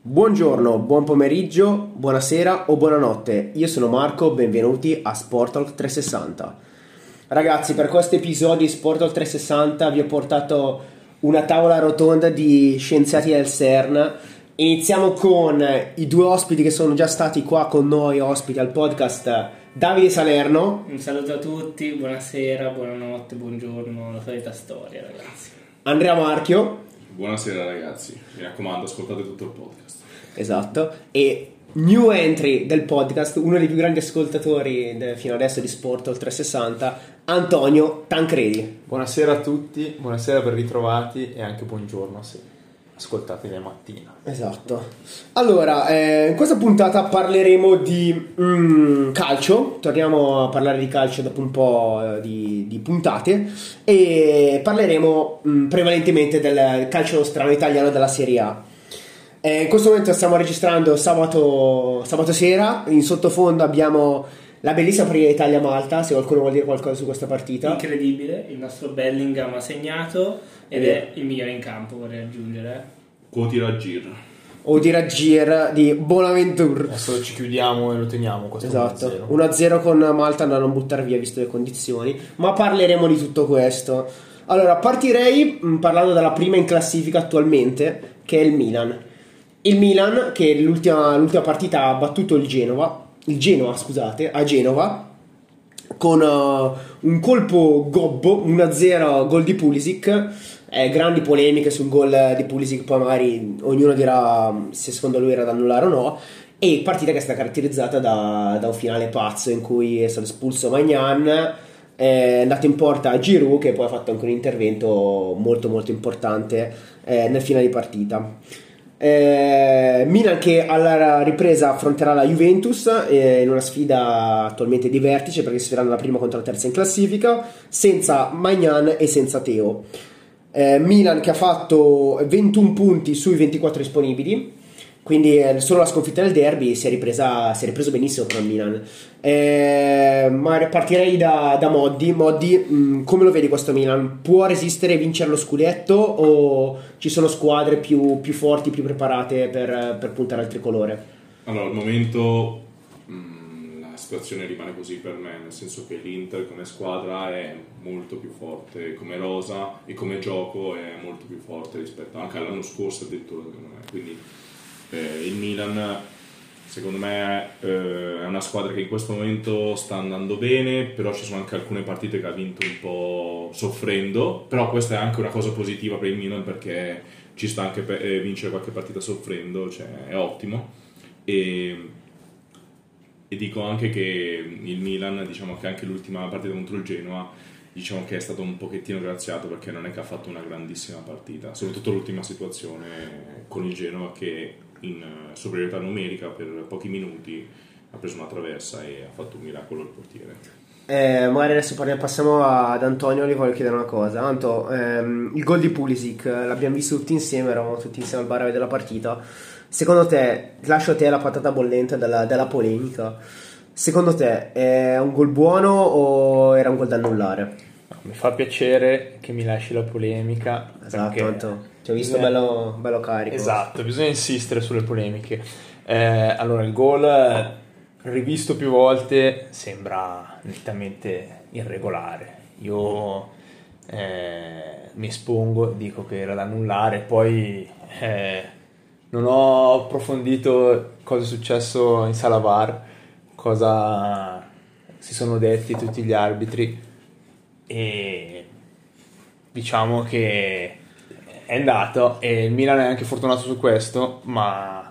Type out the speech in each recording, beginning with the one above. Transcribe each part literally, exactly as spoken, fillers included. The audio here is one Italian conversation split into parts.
Buongiorno, buon pomeriggio, buonasera o buonanotte. Io sono Marco, benvenuti a Sportalk trecentosessanta. Ragazzi, per questo episodio di Sportalk trecentosessanta vi ho portato una tavola rotonda di scienziati del CERN. Iniziamo con i due ospiti che sono già stati qua con noi, ospiti al podcast. Davide Salerno. Un saluto a tutti, buonasera, buonanotte, buongiorno, la solita storia, ragazzi. Andrea Marchio. Buonasera ragazzi, mi raccomando, ascoltate tutto il podcast. Esatto. E new entry del podcast, uno dei più grandi ascoltatori de, fino adesso di Sportalk trecentosessanta, Antonio Tancredi. Buonasera a tutti, buonasera per ritrovati e anche buongiorno se ascoltate la mattina. Esatto. Allora, eh, in questa puntata parleremo di mm, calcio. Torniamo a parlare di calcio dopo un po' eh, di, di puntate. E parleremo mm, prevalentemente del calcio strano italiano della Serie A. Eh, in questo momento stiamo registrando sabato, sabato sera. In sottofondo abbiamo la bellissima partita Italia-Malta. Se qualcuno vuol dire qualcosa su questa partita. Incredibile, il nostro Bellingham ha segnato ed è il migliore in campo, vorrei aggiungere. Quoti Ragir. O di Ragir di Bonaventure. Adesso ci chiudiamo e lo teniamo questo Esatto, uno a zero con Malta da non buttare via visto le condizioni. Ma parleremo di tutto questo. Allora, partirei mh, parlando della prima in classifica attualmente, che è il Milan. Il Milan che l'ultima, l'ultima partita ha battuto il Genova Il Genoa, scusate, a Genova con uh, un colpo gobbo, uno a zero, gol di Pulisic. Eh, grandi polemiche sul gol di Pulisic, poi magari ognuno dirà se secondo lui era da annullare o no. E partita che è stata caratterizzata da, da un finale pazzo in cui è stato espulso Maignan, è andato in porta a Giroud che poi ha fatto anche un intervento molto molto importante eh, nel finale di partita. Eh, Milan che alla ripresa affronterà la Juventus eh, in una sfida attualmente di vertice, perché si faranno la prima contro la terza in classifica, senza Maignan e senza Teo. eh, Milan che ha fatto ventuno punti sui ventiquattro disponibili, quindi eh, solo la sconfitta del derby si è ripresa, si è ripreso benissimo per il Milan. Eh, ma partirei da, da Moddi. Moddi, mh, come lo vedi questo Milan? Può resistere e vincere lo scudetto o ci sono squadre più, più forti, più preparate per, per puntare al tricolore? Allora, al momento mh, la situazione rimane così per me, nel senso che l'Inter come squadra è molto più forte, come rosa e come gioco è molto più forte rispetto anche all'anno scorso addirittura, secondo me. Quindi eh, il Milan secondo me eh, è una squadra che in questo momento sta andando bene, però ci sono anche alcune partite che ha vinto un po' soffrendo, però questa è anche una cosa positiva per il Milan perché ci sta anche per, eh, vincere qualche partita soffrendo, cioè è ottimo. E, e dico anche che il Milan, diciamo che anche l'ultima partita contro il Genoa, diciamo che è stato un pochettino graziato perché non è che ha fatto una grandissima partita, soprattutto l'ultima situazione con il Genoa che in superiorità numerica per pochi minuti ha preso una traversa e ha fatto un miracolo il portiere. Eh, magari adesso parliamo, passiamo ad Antonio. Gli voglio chiedere una cosa. Anto, ehm, il gol di Pulisic l'abbiamo visto tutti insieme, eravamo tutti insieme al bar a vedere la partita. Secondo te, lascio a te la patata bollente della, della polemica, secondo te è un gol buono o era un gol da annullare? Mi fa piacere che mi lasci la polemica. Esatto, Anto. Ti ho visto bisogna... bello, bello carico. Esatto, bisogna insistere sulle polemiche. Eh, allora, il gol rivisto più volte sembra nettamente irregolare. Io eh, mi espongo, dico che era da annullare, poi eh, non ho approfondito cosa è successo in sala V A R, cosa si sono detti tutti gli arbitri, e diciamo che è andato e il Milan è anche fortunato su questo, ma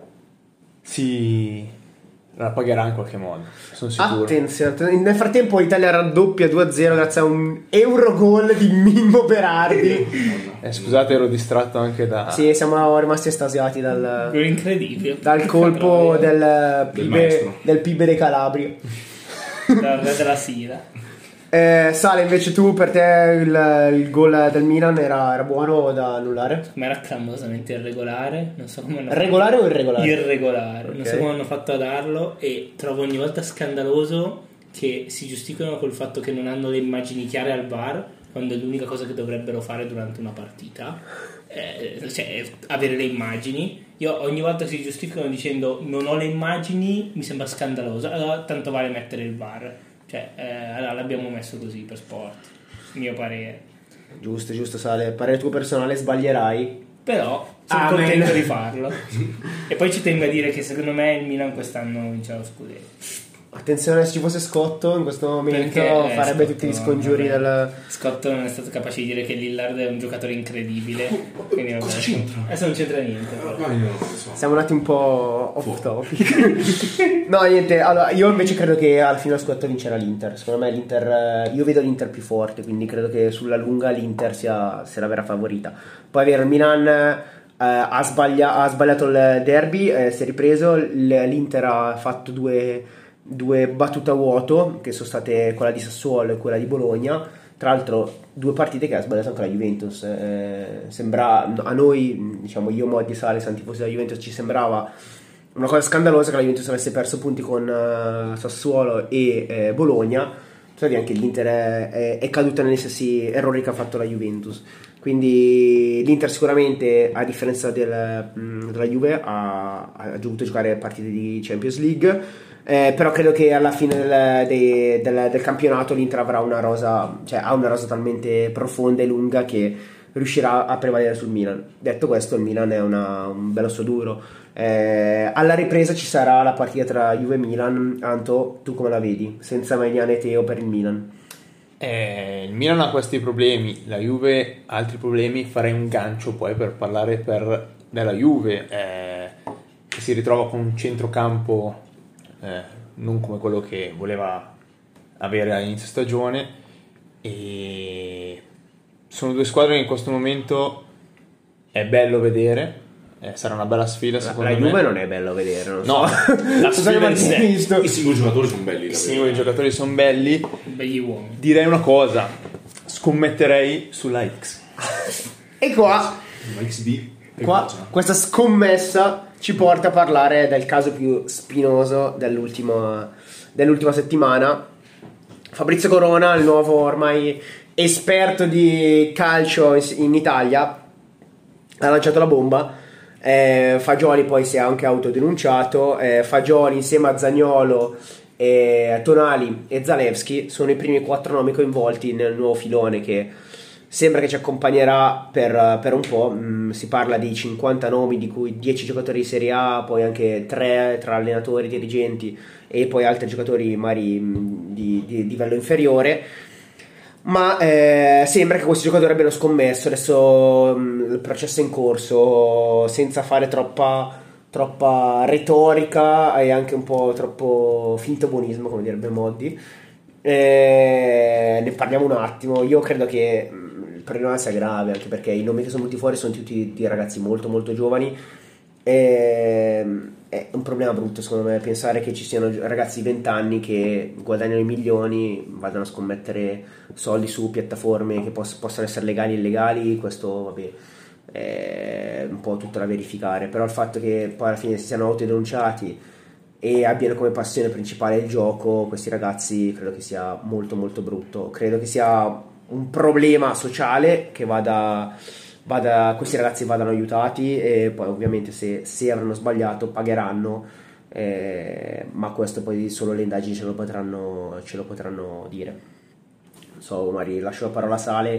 si la pagherà in qualche modo, sono sicuro. Attenzione, nel frattempo l'Italia raddoppia due a zero grazie a un Eurogol di Mimmo Berardi. eh, scusate, ero distratto anche da... Sì, siamo rimasti estasiati dal, Incredibile. dal colpo del Del pibe, maestro. del pibe dei Calabria. Dal re della Sila. Eh, Sale, invece tu, per te il, il gol del Milan era, era buono o da annullare? Ma era clamorosamente irregolare. Non so come hanno Regolare fatto... o irregolare? Irregolare. Okay. Non so come hanno fatto a darlo e trovo ogni volta scandaloso che si giustificano col fatto che non hanno le immagini chiare al V A R quando è l'unica cosa che dovrebbero fare durante una partita. eh, cioè, avere le immagini. Io ogni volta si giustificano dicendo non ho le immagini, mi sembra scandaloso, allora tanto vale mettere il V A R, cioè eh, allora l'abbiamo messo così per sport, mio parere. Giusto, giusto, Sale, parere tuo personale, sbaglierai, però sono Amen. contento di farlo. E poi ci tengo a dire che secondo me il Milan quest'anno vincerà lo scudetto. attenzione, se ci fosse Scotto in questo momento Perché, eh, farebbe Scotto, tutti gli scongiuri vabbè. del... Scott non è stato capace di dire che Lillard è un giocatore incredibile, quindi vabbè, Cosa c'entra? adesso non c'entra niente però. Ma io non lo so. Siamo andati un po' off topic. No, niente, allora io invece credo che alla fine lo scudetto vincerà l'Inter. Secondo me l'Inter, io vedo l'Inter più forte, quindi credo che sulla lunga l'Inter sia, sia la vera favorita. Poi è vero, il Milan eh, ha, sbaglia, ha sbagliato il derby, eh, si è ripreso, l'Inter ha fatto due, due battute a vuoto, che sono state quella di Sassuolo e quella di Bologna. Tra l'altro due partite che ha sbagliato anche la Juventus. Eh, sembra a noi, diciamo io, Moddi, Sale, San tifosi della Juventus, ci sembrava una cosa scandalosa che la Juventus avesse perso punti con uh, Sassuolo e eh, Bologna. Cioè anche l'Inter è, è, è caduta negli stessi errori che ha fatto la Juventus. Quindi l'Inter sicuramente, a differenza del, mh, della Juve, ha, ha dovuto giocare partite di Champions League. Eh, però credo che alla fine del, dei, del, del campionato l'Inter avrà una rosa, cioè ha una rosa talmente profonda e lunga che riuscirà a prevalere sul Milan. Detto questo, il Milan è una, un bel osso duro. Eh, alla ripresa ci sarà la partita tra Juve e Milan. Anto, tu come la vedi? Senza Maignan e Teo per il Milan. Eh, il Milan ha questi problemi, la Juve ha altri problemi. Farei un gancio poi per parlare per, della Juve, eh, che si ritrova con un centrocampo Eh, non come quello che voleva avere all'inizio stagione, e sono due squadre che in questo momento è bello vedere, eh, sarà una bella sfida secondo la, la me. Juve non è bello vedere, non no, so. la sfida in sé. I singoli giocatori sono belli, I singoli giocatori sono belli. Begli uomini. Direi una cosa, scommetterei sulla X. E qua, Ma X D qua questa scommessa ci porta a parlare del caso più spinoso dell'ultima, dell'ultima settimana. Fabrizio Corona, il nuovo ormai esperto di calcio in, in Italia, ha lanciato la bomba. eh, Fagioli poi si è anche autodenunciato. eh, Fagioli insieme a Zaniolo, eh, Tonali e Zalewski sono i primi quattro nomi coinvolti nel nuovo filone che sembra che ci accompagnerà per, per un po'. Mm, si parla di cinquanta nomi, di cui dieci giocatori di Serie A, poi anche tre tra allenatori, dirigenti e poi altri giocatori magari mm, di, di, di livello inferiore. Ma eh, sembra che questi giocatori abbiano scommesso. Adesso mm, il processo è in corso, senza fare troppa, troppa retorica e anche un po' troppo finto buonismo, come direbbe Moddi. Eh, ne parliamo un attimo. Io credo che il problema sia grave, anche perché i nomi che sono venuti fuori sono tutti di ragazzi molto molto giovani. E, è un problema brutto secondo me pensare che ci siano ragazzi di venti anni che guadagnano i milioni, vadano a scommettere soldi su piattaforme che poss- possono essere legali e illegali. Questo vabbè è un po' tutto da verificare, però il fatto che poi alla fine si siano autodenunciati e abbiano come passione principale il gioco, questi ragazzi, credo che sia molto molto brutto. Credo che sia un problema sociale che vada, vada questi ragazzi vadano aiutati, e poi ovviamente se, se avranno sbagliato pagheranno, eh, ma questo poi solo le indagini ce lo potranno, ce lo potranno dire. Non so, Mari, lascio la parola a Sale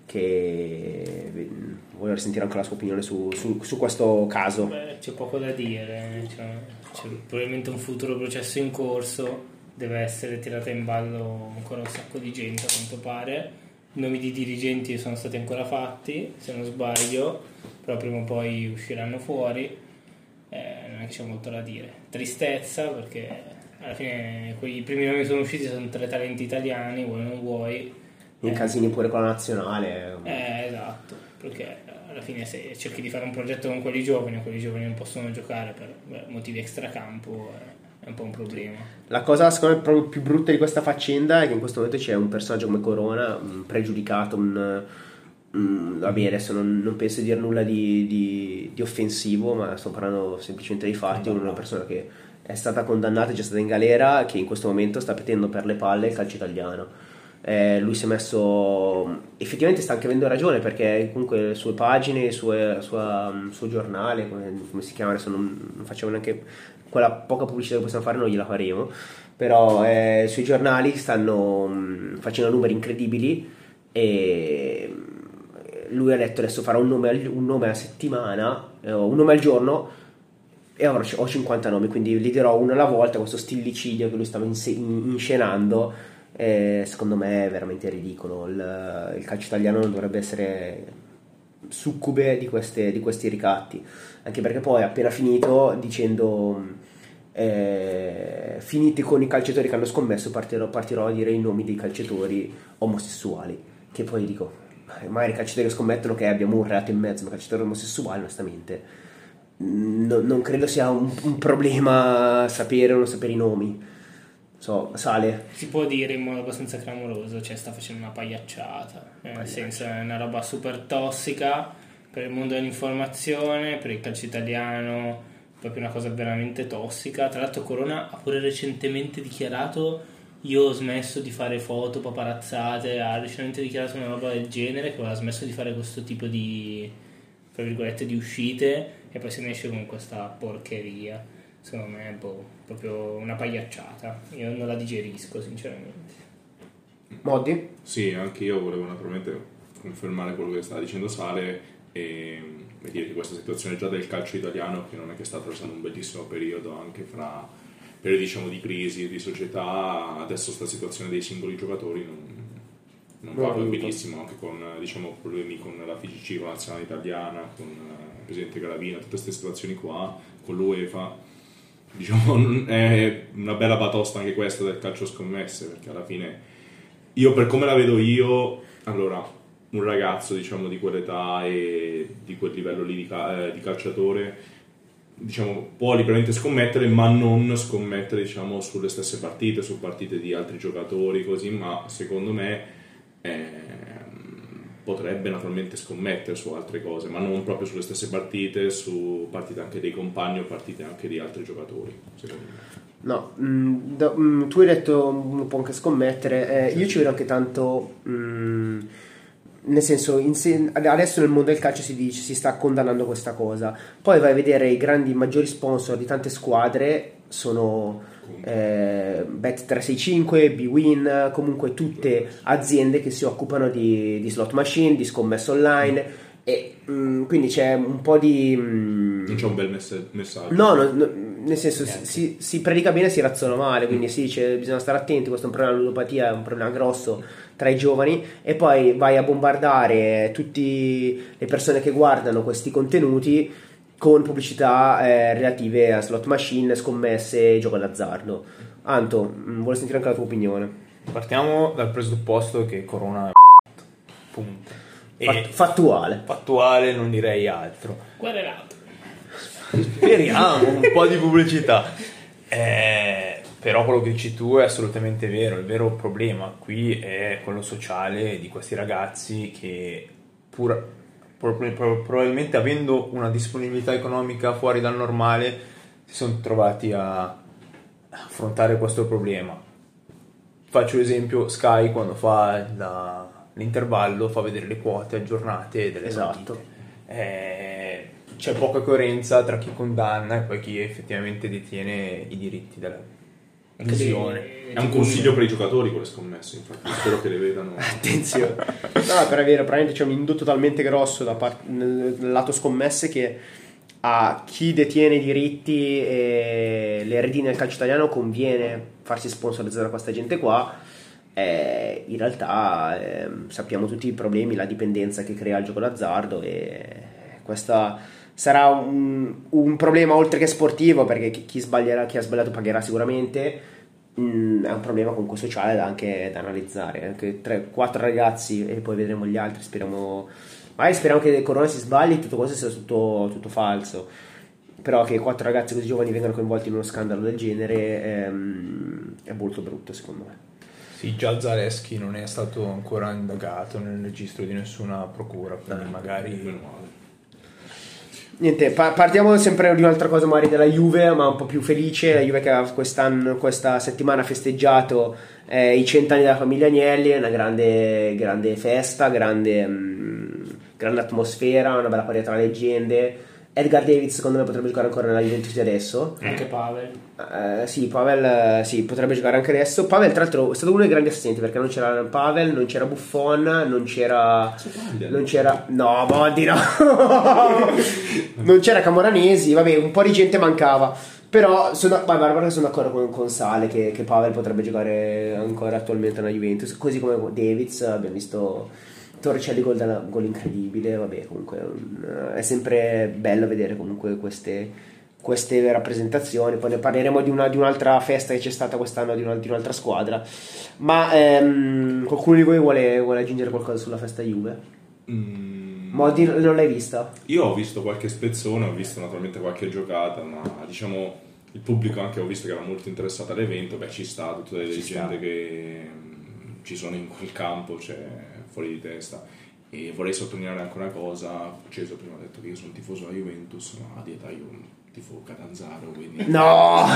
che voglio sentire anche la sua opinione su, su, su questo caso. Beh, c'è poco da dire, c'è, c'è probabilmente un futuro processo in corso, deve essere tirata in ballo ancora un sacco di gente a quanto pare. I nomi di dirigenti sono stati ancora fatti, se non sbaglio, però prima o poi usciranno fuori. Eh, non è che c'è molto da dire. Tristezza, perché alla fine quei primi nomi che sono usciti sono tre talenti italiani, vuoi o non vuoi. Incasini pure con la nazionale. Eh, esatto, perché alla fine se cerchi di fare un progetto con quelli giovani, quelli giovani non possono giocare per beh, motivi extracampo, eh, è un po' un problema. La cosa secondo me proprio più brutta di questa faccenda è che in questo momento c'è un personaggio come Corona, un pregiudicato, un, un va bene, adesso non, non penso di dire nulla di, di, di offensivo, ma sto parlando semplicemente dei fatti. Una persona che è stata condannata, è già stata in galera, che in questo momento sta petendo per le palle il calcio italiano. Eh, lui si è messo, effettivamente sta anche avendo ragione, perché comunque le sue pagine, il suo, il sua- il suo giornale, come, come si chiama adesso, non, non facciamo neanche quella poca pubblicità che possiamo fare, non gliela faremo, però eh, i suoi giornali stanno mh, facendo numeri incredibili, e lui ha detto adesso farò un nome, al- un nome a settimana, eh, un nome al giorno, e avrò, ho cinquanta nomi, quindi li dirò uno alla volta. Questo stillicidio che lui stava inse- in- inscenando, eh, secondo me è veramente ridicolo. Il, il calcio italiano non dovrebbe essere succube di, queste, di questi ricatti, anche perché poi appena finito dicendo eh, finiti con i calciatori che hanno scommesso, partirò, partirò a dire i nomi dei calciatori omosessuali, che poi dico, magari i calciatori che scommettono che abbiamo un reato in mezzo, ma calciatori omosessuali onestamente no, non credo sia un, un problema sapere o non sapere i nomi. So, Sale. Si può dire in modo abbastanza clamoroso, cioè sta facendo una pagliacciata, eh, nel senso è una roba super tossica per il mondo dell'informazione, per il calcio italiano, proprio una cosa veramente tossica. Tra l'altro Corona ha pure recentemente dichiarato: io ho smesso di fare foto paparazzate, ha recentemente dichiarato una roba del genere, che aveva smesso di fare questo tipo di, tra virgolette, di uscite, e poi se ne esce con questa porcheria. Secondo me è boh, proprio una pagliacciata, io non la digerisco sinceramente. Moddi? Sì, anche io volevo naturalmente confermare quello che stava dicendo Sale e, e dire che questa situazione già del calcio italiano, che non è che sta attraversando un bellissimo periodo, anche fra periodi diciamo di crisi, di società, adesso sta situazione dei singoli giocatori non, non va benissimo, anche con diciamo problemi con la F I G C, con la nazionale italiana, con il presidente Garavina, tutte queste situazioni qua, con l'UEFA. Diciamo è una bella batosta anche questa del calcio scommesse, perché alla fine io, per come la vedo io, allora un ragazzo diciamo di quell'età e di quel livello lì di, cal- di calciatore, diciamo può liberamente scommettere, ma non scommettere diciamo sulle stesse partite, su partite di altri giocatori così, ma secondo me eh, potrebbe naturalmente scommettere su altre cose, ma non proprio sulle stesse partite, su partite anche dei compagni o partite anche di altri giocatori, secondo me. No, mh, da, mh, tu hai detto un po' anche scommettere, eh, io ci vedo anche tanto, mh, nel senso, in se- adesso nel mondo del calcio si dice, si sta condannando questa cosa, poi vai a vedere i grandi, i maggiori sponsor di tante squadre sono eh, Bet tre sei cinque, bwin, comunque tutte aziende che si occupano di, di slot machine, di scommesse online, e mh, quindi c'è un po' di mh, Non c'è un bel mess- messaggio. no, no, no, nel senso si, si, si predica bene, si razzona male, quindi sì, c'è, bisogna stare attenti, questo è un problema, la ludopatia è un problema grosso tra i giovani, e poi vai a bombardare tutte le persone che guardano questi contenuti con pubblicità eh, relative a slot machine, scommesse, gioco d'azzardo. Anto, mh, vuole sentire anche la tua opinione? Partiamo dal presupposto che Corona è punto. E Fatt- fattuale. fattuale, non direi altro. Querelato. Speriamo un po' di pubblicità. Eh, però quello che dici tu è assolutamente vero. Il vero problema qui è quello sociale di questi ragazzi che pur pro- pro- probabilmente avendo una disponibilità economica fuori dal normale si sono trovati a affrontare questo problema. Faccio esempio: Sky quando fa la, l'intervallo fa vedere le quote aggiornate delle Esatto. partite. Eh, c'è poca coerenza tra chi condanna e poi chi effettivamente detiene i diritti della visione. È un consiglio per i giocatori quelle scommesse, infatti spero che le vedano. Attenzione. No, per avere probabilmente c'è un indotto talmente grosso da parte, nel, nel lato scommesse, che a chi detiene i diritti e le redine del calcio italiano conviene farsi sponsorizzare da questa gente qua. Eh, in realtà eh, sappiamo tutti i problemi, la dipendenza che crea il gioco d'azzardo, e questa sarà un, un problema oltre che sportivo, perché chi, chi sbaglierà, chi ha sbagliato pagherà sicuramente. Mm, è un problema comunque sociale da anche da analizzare. Anche tre, quattro ragazzi, e poi vedremo gli altri. Speriamo, magari speriamo che Corona si sbagli e tutto questo sia tutto, tutto falso. Però che quattro ragazzi così giovani vengano coinvolti in uno scandalo del genere ehm, è molto brutto, secondo me. Sì, già Zaleschi non è stato ancora indagato nel registro di nessuna procura, quindi magari Meno male. Niente, pa- partiamo sempre di un'altra cosa magari della Juve, ma un po' più felice. La Juve che ha quest'anno, questa settimana ha festeggiato eh, i cent'anni della famiglia Agnelli, una grande, grande festa, grande, mh, grande atmosfera, una bella partita tra leggende. Edgar Davids secondo me potrebbe giocare ancora nella Juventus di adesso. Anche Pavel. Eh, sì, Pavel eh, sì, potrebbe giocare anche adesso. Pavel tra l'altro è stato uno dei grandi assistenti, perché non c'era Pavel, non c'era Buffon, non c'era non c'era no, Moddi no. Non c'era Camoranesi, vabbè, un po' di gente mancava. Però sono, ma guarda, sono d'accordo con, con Sale che, che Pavel potrebbe giocare ancora attualmente nella Juventus, così come Davids. Abbiamo visto Torricelli gol, da, gol incredibile, vabbè, comunque un, è sempre bello vedere comunque queste, queste rappresentazioni. Poi ne parleremo di, una, di un'altra festa che c'è stata quest'anno di, una, di un'altra squadra, ma ehm, qualcuno di voi vuole, vuole aggiungere qualcosa sulla festa Juve? Mm. Modi non l'hai vista? Io ho visto qualche spezzone, ho visto naturalmente qualche giocata, ma diciamo il pubblico anche ho visto che era molto interessato all'evento. Beh, ci sta, tutte le Ci leggende sta. che mm, ci sono in quel campo, cioè fuori di testa. E vorrei sottolineare anche una cosa: Ceso prima ha detto che io sono tifoso della Juventus, ma a dieta io tifo Catanzaro, quindi No,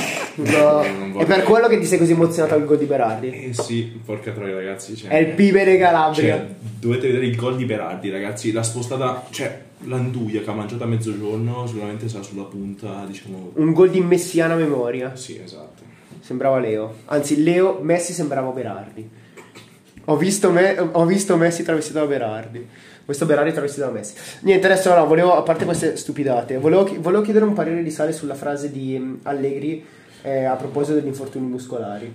no. Non È vorrei- per quello che ti sei così emozionato al gol di Berardi. Eh sì, porca troia ragazzi, cioè, È il pibe di Calabria. cioè, dovete vedere il gol di Berardi ragazzi, l'ha spostata, cioè l'anduia che ha mangiato a mezzogiorno sicuramente sarà sulla punta, diciamo. Un gol di messiana memoria. Sì, esatto. Sembrava Leo. Anzi, Leo Messi sembrava Berardi. Ho visto, me- ho visto Messi travestito da Berardi. Questo Berardi travestito da Messi. Niente, adesso no, volevo, a parte queste stupidate, volevo, chi- volevo chiedere un parere di Sale sulla frase di mm, Allegri eh, a proposito degli infortuni muscolari.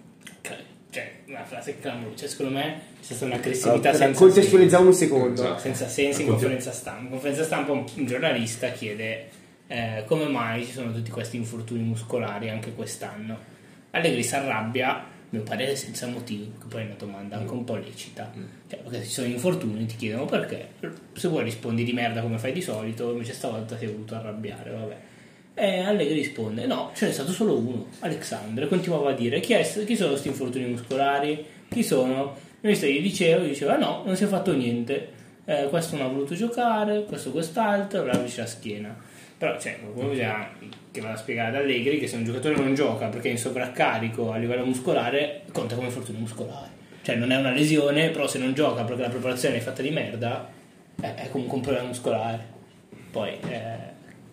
Cioè, una frase clamorosa. Cioè, secondo me c'è stata un'aggressività Allora, senza contestualizziamo un secondo. Esatto. senza senso in Ma conferenza stampa. In conferenza stampa un, un giornalista chiede eh, come mai ci sono tutti questi infortuni muscolari anche quest'anno. Allegri si arrabbia, a mio parere senza motivo, che poi è una domanda anche un po' lecita. Cioè, perché se ci sono infortuni ti chiedono perché. Se vuoi rispondi di merda come fai di solito, invece stavolta ti hai voluto arrabbiare, vabbè. E Allegri risponde no, ce n'è stato solo uno, Alexandre. Continuava a dire chi, è, chi sono questi infortuni muscolari, chi sono. Il ministro gli diceva, gli diceva no, non si è fatto niente, eh, questo non ha voluto giocare, questo quest'altro, avrà la schiena. Però cioè, qualcuno bisogna che vada a spiegare ad Allegri che se un giocatore non gioca perché è in sovraccarico a livello muscolare conta come infortunio muscolare, cioè non è una lesione, però se non gioca perché la preparazione è fatta di merda è, è comunque un problema muscolare. Poi eh,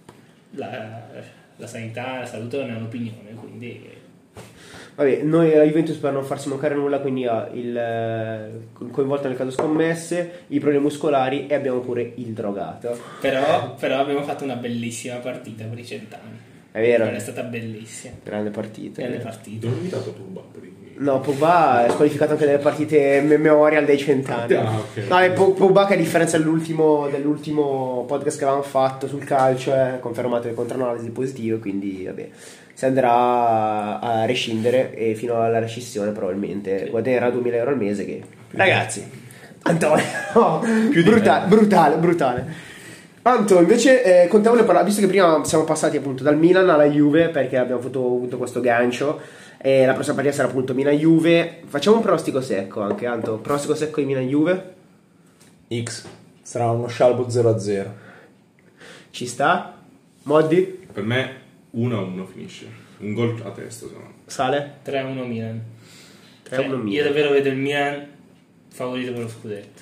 la, la sanità, la salute non è un'opinione, quindi Vabbè, noi la Juventus per non farsi mancare nulla, quindi ha il eh, coinvolto nel caso scommesse, i problemi muscolari e abbiamo pure il drogato. però, però abbiamo fatto una bellissima partita per i cent'anni. È vero, È stata bellissima, grande partita. grande partita. Non ho invitato Pogba per i... No, Pogba è squalificato anche nelle partite memorial dei cent'anni. Ah, ok. No, è Po- Pogba che a differenza dell'ultimo, dell'ultimo podcast che avevamo fatto sul calcio è confermato le controanalisi positive, quindi vabbè, si andrà a rescindere e fino alla rescissione probabilmente guadagnerà duemila euro al mese che... Ragazzi, Antonio, no, brutale, brutale, brutale. Anto, invece, eh, contiamo parlare, visto che prima siamo passati appunto dal Milan alla Juve perché abbiamo avuto, avuto questo gancio e la prossima partita sarà appunto Milan-Juve, facciamo un pronostico secco anche, Anto, pronostico secco di Milan-Juve? X. Sarà uno scialbo zero a zero. Ci sta? Moddi? Per me uno a uno finisce, un gol a testa se no. Sale? tre a uno Milan. tre a uno Cioè, io Milan. davvero vedo il Milan favorito per lo scudetto.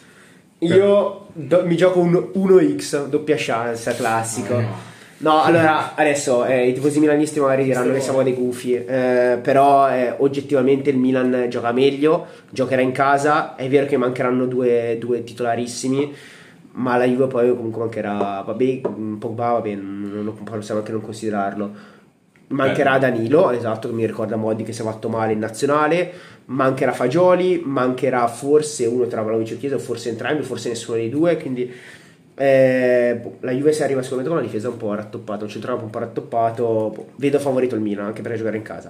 Io do- mi gioco un uno x, doppia chance, classico. No, allora, adesso eh, i tifosi milanisti magari diranno che siamo dei gufi, eh, però eh, oggettivamente il Milan gioca meglio, giocherà in casa, è vero che mancheranno due, due titolarissimi, ma la Juve poi comunque mancherà, vabbè, Pogba, vabbè, non, non possiamo anche non considerarlo. Mancherà Danilo, esatto, che mi ricorda Modi che si è fatto male in nazionale, mancherà Fagioli, mancherà forse uno tra Vlahovic e Chiesa, o forse entrambi, forse nessuno dei due, quindi eh, la Juve si arriva secondo me con una difesa un po' rattopata, un centrocampo un po' rattoppato, vedo favorito il Milan anche per giocare in casa.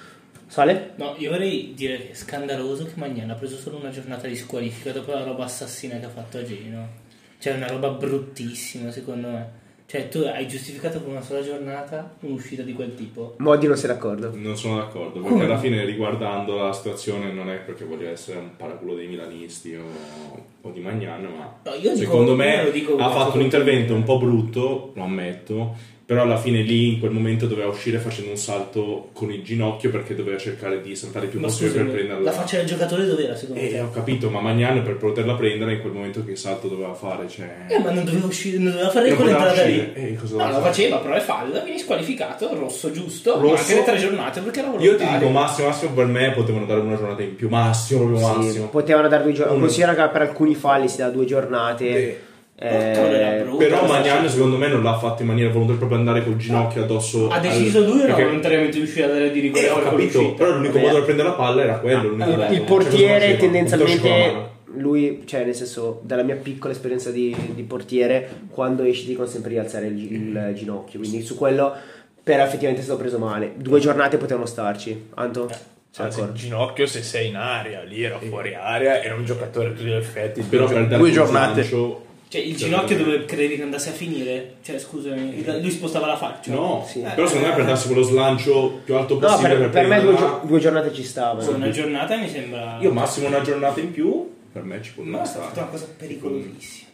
Sale? No, io vorrei dire che è scandaloso che Magnani ha preso solo una giornata di squalifica dopo la roba assassina che ha fatto a Genoa. Cioè, una roba bruttissima secondo me. Cioè tu hai giustificato con una sola giornata un'uscita di quel tipo. Modi non sei d'accordo? Non sono d'accordo, perché Come? alla fine, riguardando la situazione, non è perché voglio essere un paraculo dei milanisti o, o di Magnano, ma No, io dico- secondo me io lo dico ha fatto questo un intervento un po' punto. brutto, lo ammetto, però alla fine lì in quel momento doveva uscire facendo un salto con il ginocchio, perché doveva cercare di saltare il più Ma possibile per scusami, prenderla. la faccia del giocatore dov'era secondo Eh, te? ho capito, ma Magnano per poterla prendere in quel momento che salto doveva fare, cioè... Eh, ma non doveva uscire, non doveva fare Non quell'entrata poteva lì. uscire. Eh, cosa No, doveva lo fare? faceva, però è fallo, vieni squalificato, rosso giusto, Rosso. ma anche le tre giornate perché era Io ti volontario. dico massimo, massimo per me potevano dare una giornata in più, massimo, proprio Sì, massimo. potevano dare due giornate. Uno. Considera che per alcuni falli si dà due giornate. Eh, Porca era Eh, brutto. Però Questa Magnano scelta. secondo me non l'ha fatto in maniera volontaria, proprio andare col ginocchio addosso. Ha deciso al- lui o no perché- volontariamente di uscire a dare di rigore? Eh, ho con capito, l'uscita? però l'unico Vabbè. modo per prendere la palla era quello. l'unico Eh, vabbè. modo. il Cioè, cosa portiere faceva? tendenzialmente Buttarci con la mano. lui, cioè nel senso, dalla mia piccola esperienza di, di portiere, quando esci ti dicono sempre di alzare il, gi- il ginocchio, quindi su quello però effettivamente è stato preso male. Due giornate potevano starci. Anto? Sei Anzi, il d'accordo? ginocchio se sei in aria, lì era fuori area, era un giocatore a tutti gli effetti. Però due, per dare due quel giornate. slancio- Cioè il cioè, ginocchio dove credevi che andasse a finire? Cioè scusami, il- lui spostava la faccia. No, Sì. però secondo me per darsi quello slancio più alto No, possibile per, per me due, prenderla- gio- due giornate ci stavano. Sì, una giornata mi sembra... Io massimo una giornata in più, per me ci può No, è stata stare. una cosa pericolosissima.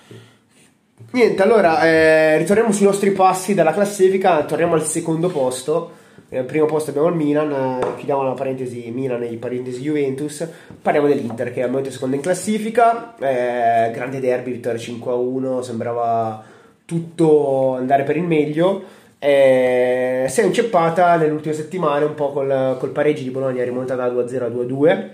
Niente, allora eh, ritorniamo sui nostri passi dalla classifica, torniamo al secondo posto. Eh, Al primo posto abbiamo il Milan, eh, chiudiamo la parentesi Milan e parentesi Juventus. Parliamo dell'Inter che è al momento secondo in classifica, eh, grande derby, vittoria cinque a uno, sembrava tutto andare per il meglio. Eh, si è inceppata nelle ultime settimane un po' col, col pareggio di Bologna, rimontata da due a zero a due a due,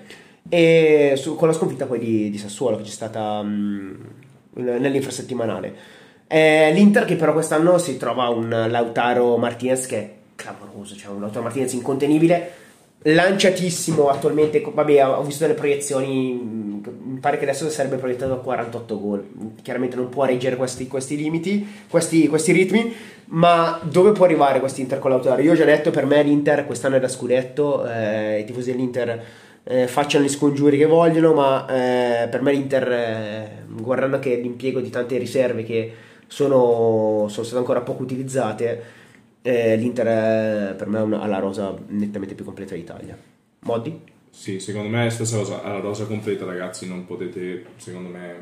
e su- con la sconfitta poi di, di Sassuolo che c'è stata mh, nell'infrasettimanale. Eh, L'Inter che però quest'anno si trova un Lautaro Martinez che è clamoroso, cioè un Lautaro Martinez incontenibile, lanciatissimo attualmente. Vabbè, ho visto delle proiezioni, mh, mi pare che adesso sarebbe proiettato a quarantotto gol. Chiaramente non può reggere questi, questi limiti, questi, questi ritmi, ma dove può arrivare questo Inter con Lautaro? Io ho già detto, per me l'Inter quest'anno è da scudetto, eh, i tifosi dell'Inter eh, facciano gli scongiuri che vogliono, ma eh, per me l'Inter, eh, guardando che l'impiego di tante riserve che sono, sono state ancora poco utilizzate, eh, l'Inter eh, per me ha una- ha la rosa nettamente più completa d'Italia. Modi? Sì, secondo me è la stessa cosa, alla rosa completa ragazzi non potete, secondo me,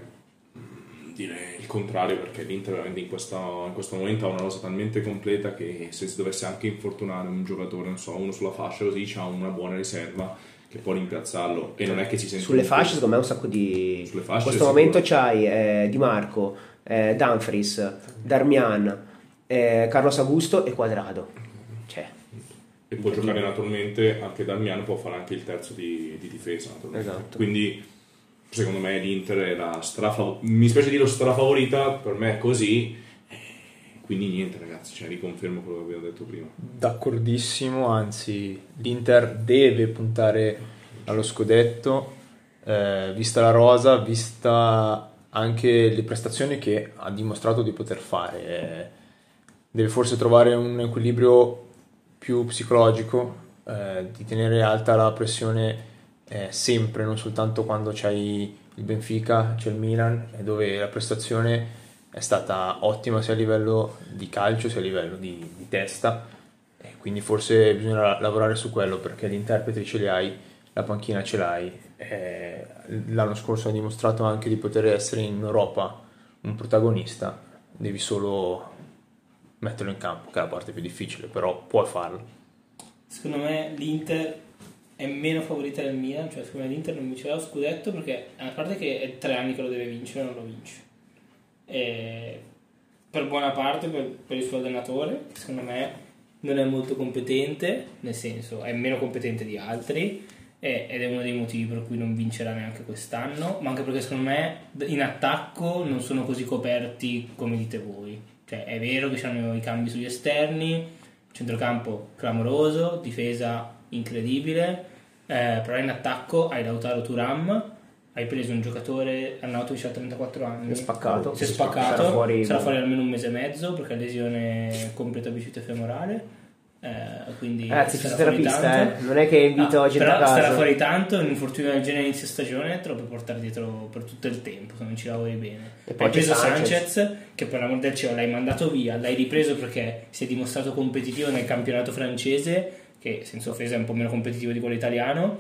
mh, dire il contrario, perché l'Inter veramente in, questa, in questo momento ha una rosa talmente completa che se si dovesse anche infortunare un giocatore, non so, uno sulla fascia così, c'ha una buona riserva che può rimpiazzarlo e non è che si sente... Sulle fasce secondo me un sacco di... Sulle fasce in questo sicuro. momento c'hai eh, Di Marco, eh, Dumfries, Darmian, eh, Carlos Augusto e Quadrado. Cioè, E può giocare naturalmente anche Darmian, può fare anche il terzo di, di difesa naturalmente. Esatto. Quindi secondo me l'Inter è la strafa, mi spiace dirlo, strafavorita, per me è così, eh, quindi niente ragazzi, cioè riconfermo quello che avevo detto prima. D'accordissimo, anzi l'Inter deve puntare allo scudetto, eh, vista la rosa, vista anche le prestazioni che ha dimostrato di poter fare. Eh, deve forse trovare un equilibrio più psicologico, eh, di tenere alta la pressione eh, sempre, non soltanto quando c'hai il Benfica, c'è il Milan, e dove la prestazione è stata ottima sia a livello di calcio sia a livello di, di testa, e quindi forse bisogna la- lavorare su quello, perché gli interpreti ce li hai, la panchina ce l'hai, eh, l'anno scorso ha dimostrato anche di poter essere in Europa un protagonista, devi solo metterlo in campo, che è la parte più difficile, però puoi farlo. Secondo me l'Inter è meno favorita del Milan, cioè secondo me l'Inter non vincerà lo scudetto perché a parte che è tre anni che lo deve vincere, non lo vince. E per buona parte per, per il suo allenatore, che secondo me non è molto competente, nel senso è meno competente di altri, e- ed è uno dei motivi per cui non vincerà neanche quest'anno, ma anche perché secondo me in attacco non sono così coperti come dite voi. Cioè è vero che hanno i cambi sugli esterni, centrocampo clamoroso, difesa incredibile, eh, però in attacco hai Lautaro Thuram, hai preso un giocatore Arnautovic a trentaquattro anni, Si è spaccato. si è Si è spaccato, sarà fuori- sarà fuori almeno un mese e mezzo perché è lesione completa bicipite femorale, Eh, quindi Ragazzi, starà fisioterapista, fuori tanto. eh. Non è che invito Ah, gente però a casa. starà fuori tanto, un infortunio del genere inizio stagione te lo puoi portare dietro per tutto il tempo se non ci lavori bene. E poi Hai c'è preso Sanchez. Sanchez, che per l'amor del cielo l'hai mandato via, l'hai ripreso perché si è dimostrato competitivo nel campionato francese, che senza offesa è un po' meno competitivo di quello italiano,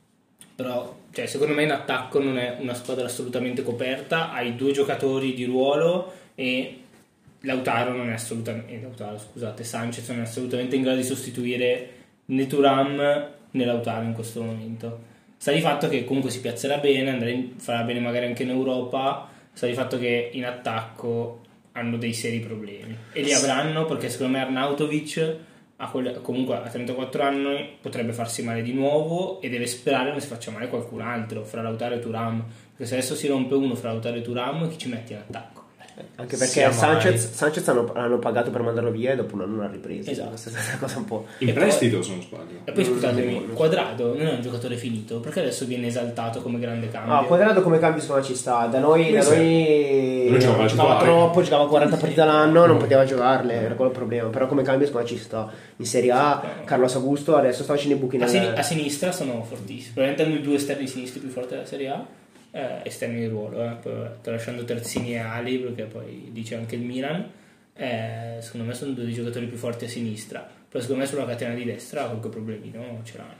però cioè, secondo me in attacco non è una squadra assolutamente coperta, hai due giocatori di ruolo e Lautaro non è assolutamente eh, Lautaro, scusate, Sanchez non è assolutamente in grado di sostituire né Thuram né Lautaro in questo momento. Sta di fatto che comunque si piazzerà bene, andrà in, farà bene magari anche in Europa, sta di fatto che in attacco hanno dei seri problemi e li avranno perché secondo me Arnautovic a quel, comunque a trentaquattro anni potrebbe farsi male di nuovo e deve sperare non si faccia male qualcun altro fra Lautaro e Thuram, perché se adesso si rompe uno fra Lautaro e Thuram chi ci metti in attacco? Anche perché Sia Sanchez, mai. Sanchez hanno, hanno pagato per mandarlo via e dopo un anno l'ha ripreso. Esatto. Questa è una cosa un po'. In E prestito, poi- se non sbaglio. E poi scusatemi, Mm. Quadrado non è un giocatore finito, perché adesso viene esaltato come grande cambio? Ah, Quadrado come cambio secondo me ci sta. Da noi, da Sì. noi Noi giocava giocava titolare. troppo, giocava quaranta partite all'anno, non poteva giocarle, era quello il problema. Però come cambio secondo me ci sta. In Serie A, Carlos Augusto adesso sta facendo i buchi A, nel... sin- a sinistra sono fortissimi, probabilmente hanno i due esterni sinistri più forti della Serie A, eh, esterni di ruolo, eh. Poi, vabbè, tralasciando terzini e ali perché poi dice anche il Milan, eh, secondo me sono due dei giocatori più forti a sinistra, poi secondo me sulla catena di destra qualche problemino ce l'hanno.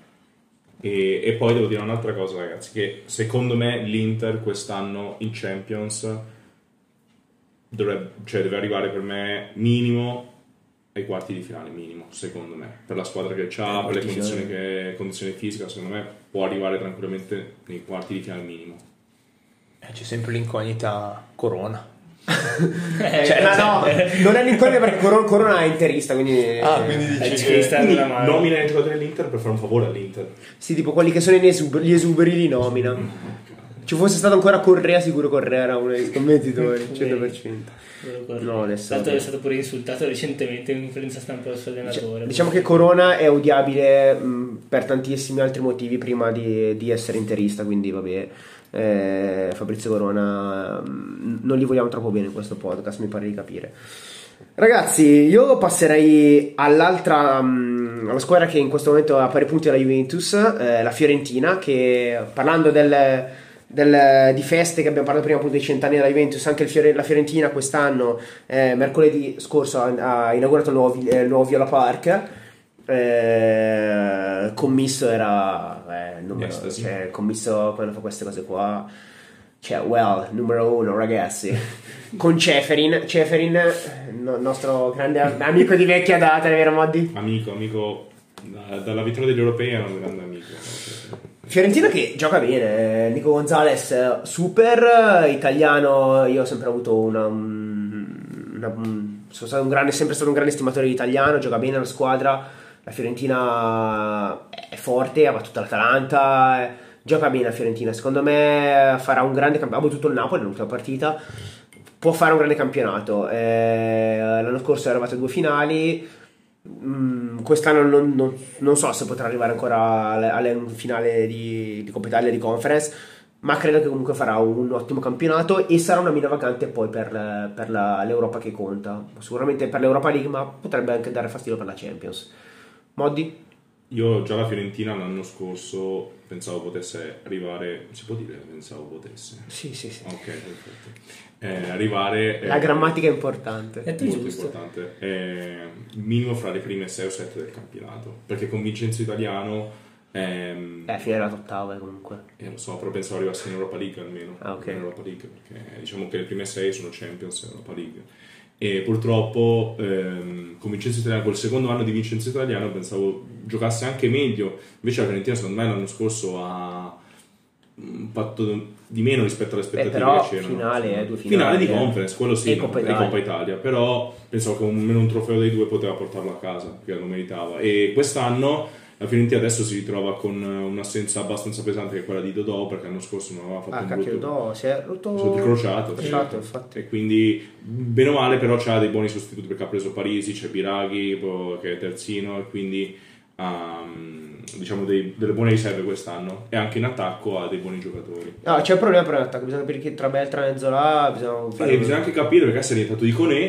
E, e poi devo dire un'altra cosa, ragazzi, che secondo me l'Inter quest'anno in Champions dovrebbe, cioè deve arrivare per me minimo ai quarti di finale, minimo, secondo me. Per la squadra che c'ha, per le condizioni, che, condizioni fisiche, secondo me può arrivare tranquillamente nei quarti di finale minimo. Eh, c'è sempre l'incognita Corona. Eh, Cioè, no, no, non è l'incognita perché Corona, Corona è interista, quindi... Ah, quindi Eh, dici ci che... sta Quindi una mano. nomina i giocatori dell'Inter per fare un favore all'Inter. Sì, tipo quelli che sono in esuber- gli esuberi li nomina. Ci fosse stato ancora Correa, sicuro Correa era uno dei commentatori, cento per cento. No, adesso- Tra l'altro è stato pure insultato recentemente in conferenza stampa dal suo allenatore. Diciamo che Corona è odiabile mh, per tantissimi altri motivi prima di, di essere interista, quindi vabbè. Eh, Fabrizio Corona mh, non li vogliamo troppo bene in questo podcast, mi pare di capire. Ragazzi, io passerei all'altra mh, alla squadra che in questo momento ha pari punti alla Juventus, eh, la Fiorentina, che parlando del, del- di feste che abbiamo parlato prima appunto dei cent'anni della Juventus, anche il Fiore- la Fiorentina quest'anno eh, mercoledì scorso ha, ha inaugurato il nuovo, vi- eh, il nuovo Viola Park. Eh, commisso era eh, numero, Estasi. cioè, commisso quando fa queste cose qua, cioè well, numero uno ragazzi, con Ceferin Ceferin no- nostro grande amico di vecchia data, vero Moddi? Amico, amico, da- dalla vittoria degli europei era un grande amico. Fiorentina che gioca bene, eh, Nico Gonzalez eh, super, italiano, io ho sempre avuto una, una- un- sono stato un grande, sempre stato un grande stimatore di italiano, gioca bene la squadra, la Fiorentina è forte, ha battuto l'Atalanta, eh, gioca bene la Fiorentina, secondo me farà un grande campionato, ha battuto il Napoli nell'ultima partita, può fare un grande campionato, eh, l'anno scorso è arrivato a due finali. Mm, quest'anno non, non- non so se potrà arrivare ancora alle, alle finale di, di Coppa Italia di Conference, ma credo che comunque farà un ottimo campionato e sarà una mina vacante poi per, per la- l'Europa che conta, sicuramente per l'Europa League, ma potrebbe anche dare fastidio per la Champions. Moddi? Io già la Fiorentina l'anno scorso pensavo potesse arrivare, si può dire pensavo potesse? Sì, sì, sì. Ok, perfetto. Eh, arrivare... La eh, grammatica è importante. È molto giusto. importante, eh, minimo fra le prime sei o sette del campionato, perché con Vincenzo Italiano ehm, Eh, finire all'ottava comunque. eh, lo so, però pensavo arrivasse in Europa League almeno. Ah, ok. In Europa League, perché diciamo che le prime sei sono Champions e Europa League. E purtroppo ehm, con Vincenzo Italiano, col secondo anno di Vincenzo Italiano, pensavo giocasse anche meglio. Invece la Fiorentina, secondo me, l'anno scorso ha un fatto di meno rispetto alle aspettative Eh, però che c'erano. finale, eh, due finali, finale di eh. Conference, quello sì, E Coppa e Italia. Coppa Italia. Però pensavo che almeno un trofeo dei due poteva portarlo a casa, perché lo meritava. E quest'anno la Fiorentina adesso si ritrova con un'assenza abbastanza pesante, che è quella di Dodò, perché l'anno scorso non aveva fatto Ah, un cacchio, brutto no, si è rotto... sotto il crociato, sì. Crociato, infatti. E quindi bene o male però c'ha dei buoni sostituti, perché ha preso Parisi, c'è Biraghi poi, che è terzino, e quindi ha diciamo dei- delle buone riserve quest'anno, e anche in attacco ha dei buoni giocatori. No, c'è un problema per l'attacco, bisogna capire che tra Beltran e Zola bisogna fare... E bisogna anche capire, perché si è rientrato di Conè,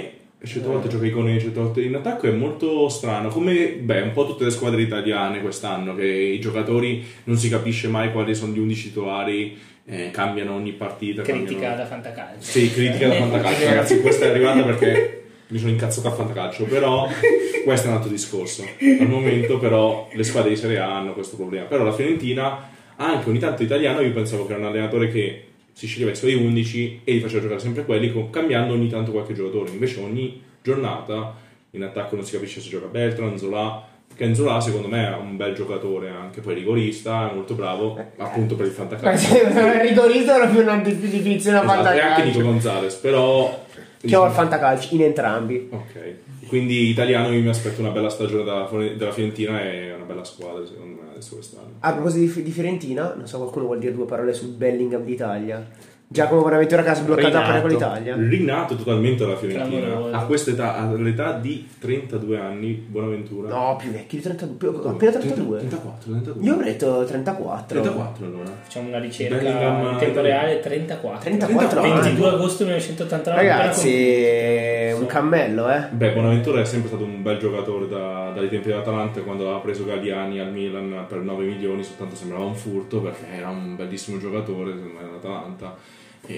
certe volte gioca Icone, certe volte in attacco, è molto strano, come beh un po' tutte le squadre italiane quest'anno, che i giocatori non si capisce mai quali sono gli undici titolari, eh, cambiano ogni partita. Critica cambiano... da Fantacalcio. Sì, critica da Fantacalcio, ragazzi, questa è arrivata perché mi sono incazzato a Fantacalcio, però questo è un altro discorso. Al momento però le squadre di Serie A hanno questo problema, però la Fiorentina, anche ogni tanto italiano, io pensavo che era un allenatore che si sceglieva i suoi undici e li faceva giocare sempre quelli, cambiando ogni tanto qualche giocatore. Invece ogni giornata in attacco non si capisce se gioca Beltran, Zola, che Zola secondo me è un bel giocatore, anche poi rigorista, è molto bravo, appunto per il fantacalcio. Rigorista è proprio una definizione a Esatto, e fantacalcio. anche Nico Gonzalez, però... Che ho il fantacalcio in entrambi. Ok, quindi italiano io mi aspetto una bella stagione della, della Fiorentina e una bella squadra secondo me adesso quest'anno. A proposito di, di Fiorentina, non so, qualcuno vuol dire due parole su Bellingham d'Italia? Giacomo Bonaventura che ha sbloccato la con l'Italia. Rinato totalmente alla Fiorentina. Clamoroso. A questa età, all'età di trentadue anni, Bonaventura. No, più vecchio di trentadue, più, appena trentadue. trentaquattro, trentadue. Io avrei detto trentaquattro. trentaquattro allora. Facciamo una ricerca Bellingham, in tempo reale, trentaquattro. trentaquattro ventidue agosto millenovecentottantanove. Ragazzi, un cammello, eh. Beh, Bonaventura è sempre stato un bel giocatore da, dai tempi dell'Atalanta, quando aveva preso Galliani al Milan per nove milioni, soltanto sembrava un furto perché era un bellissimo giocatore dell'Atalanta.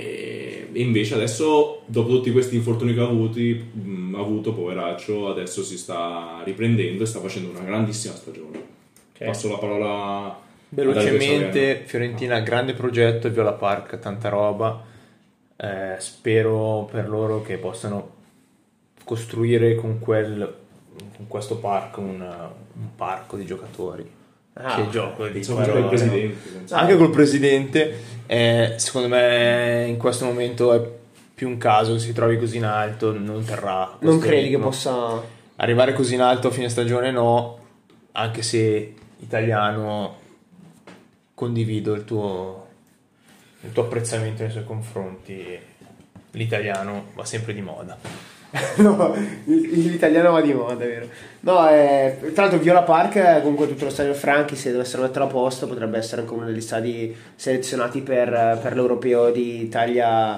E invece adesso, dopo tutti questi infortuni che ha avuti, mh, ha avuto, poveraccio, adesso si sta riprendendo e sta facendo una grandissima stagione. Okay. Passo la parola velocemente. Fiorentina, grande progetto, Viola Park, tanta roba. Eh, spero per loro che possano costruire con quel con questo parco un, un parco di giocatori. Ah, che gioco di Insomma, il presidente. anche col presidente, eh, secondo me in questo momento è più un caso che si trovi così in alto, non terrà Non questo credi che ritmo. possa Arrivare così in alto a fine stagione? No, anche se italiano condivido il tuo il tuo apprezzamento nei suoi confronti. L'italiano va sempre di moda. No, l'italiano va di moda, è vero. No, eh, tra l'altro Viola Park, comunque tutto lo stadio Franchi, se dovessero metterlo a posto, potrebbe essere anche uno degli stadi selezionati per, per l'Europeo di Italia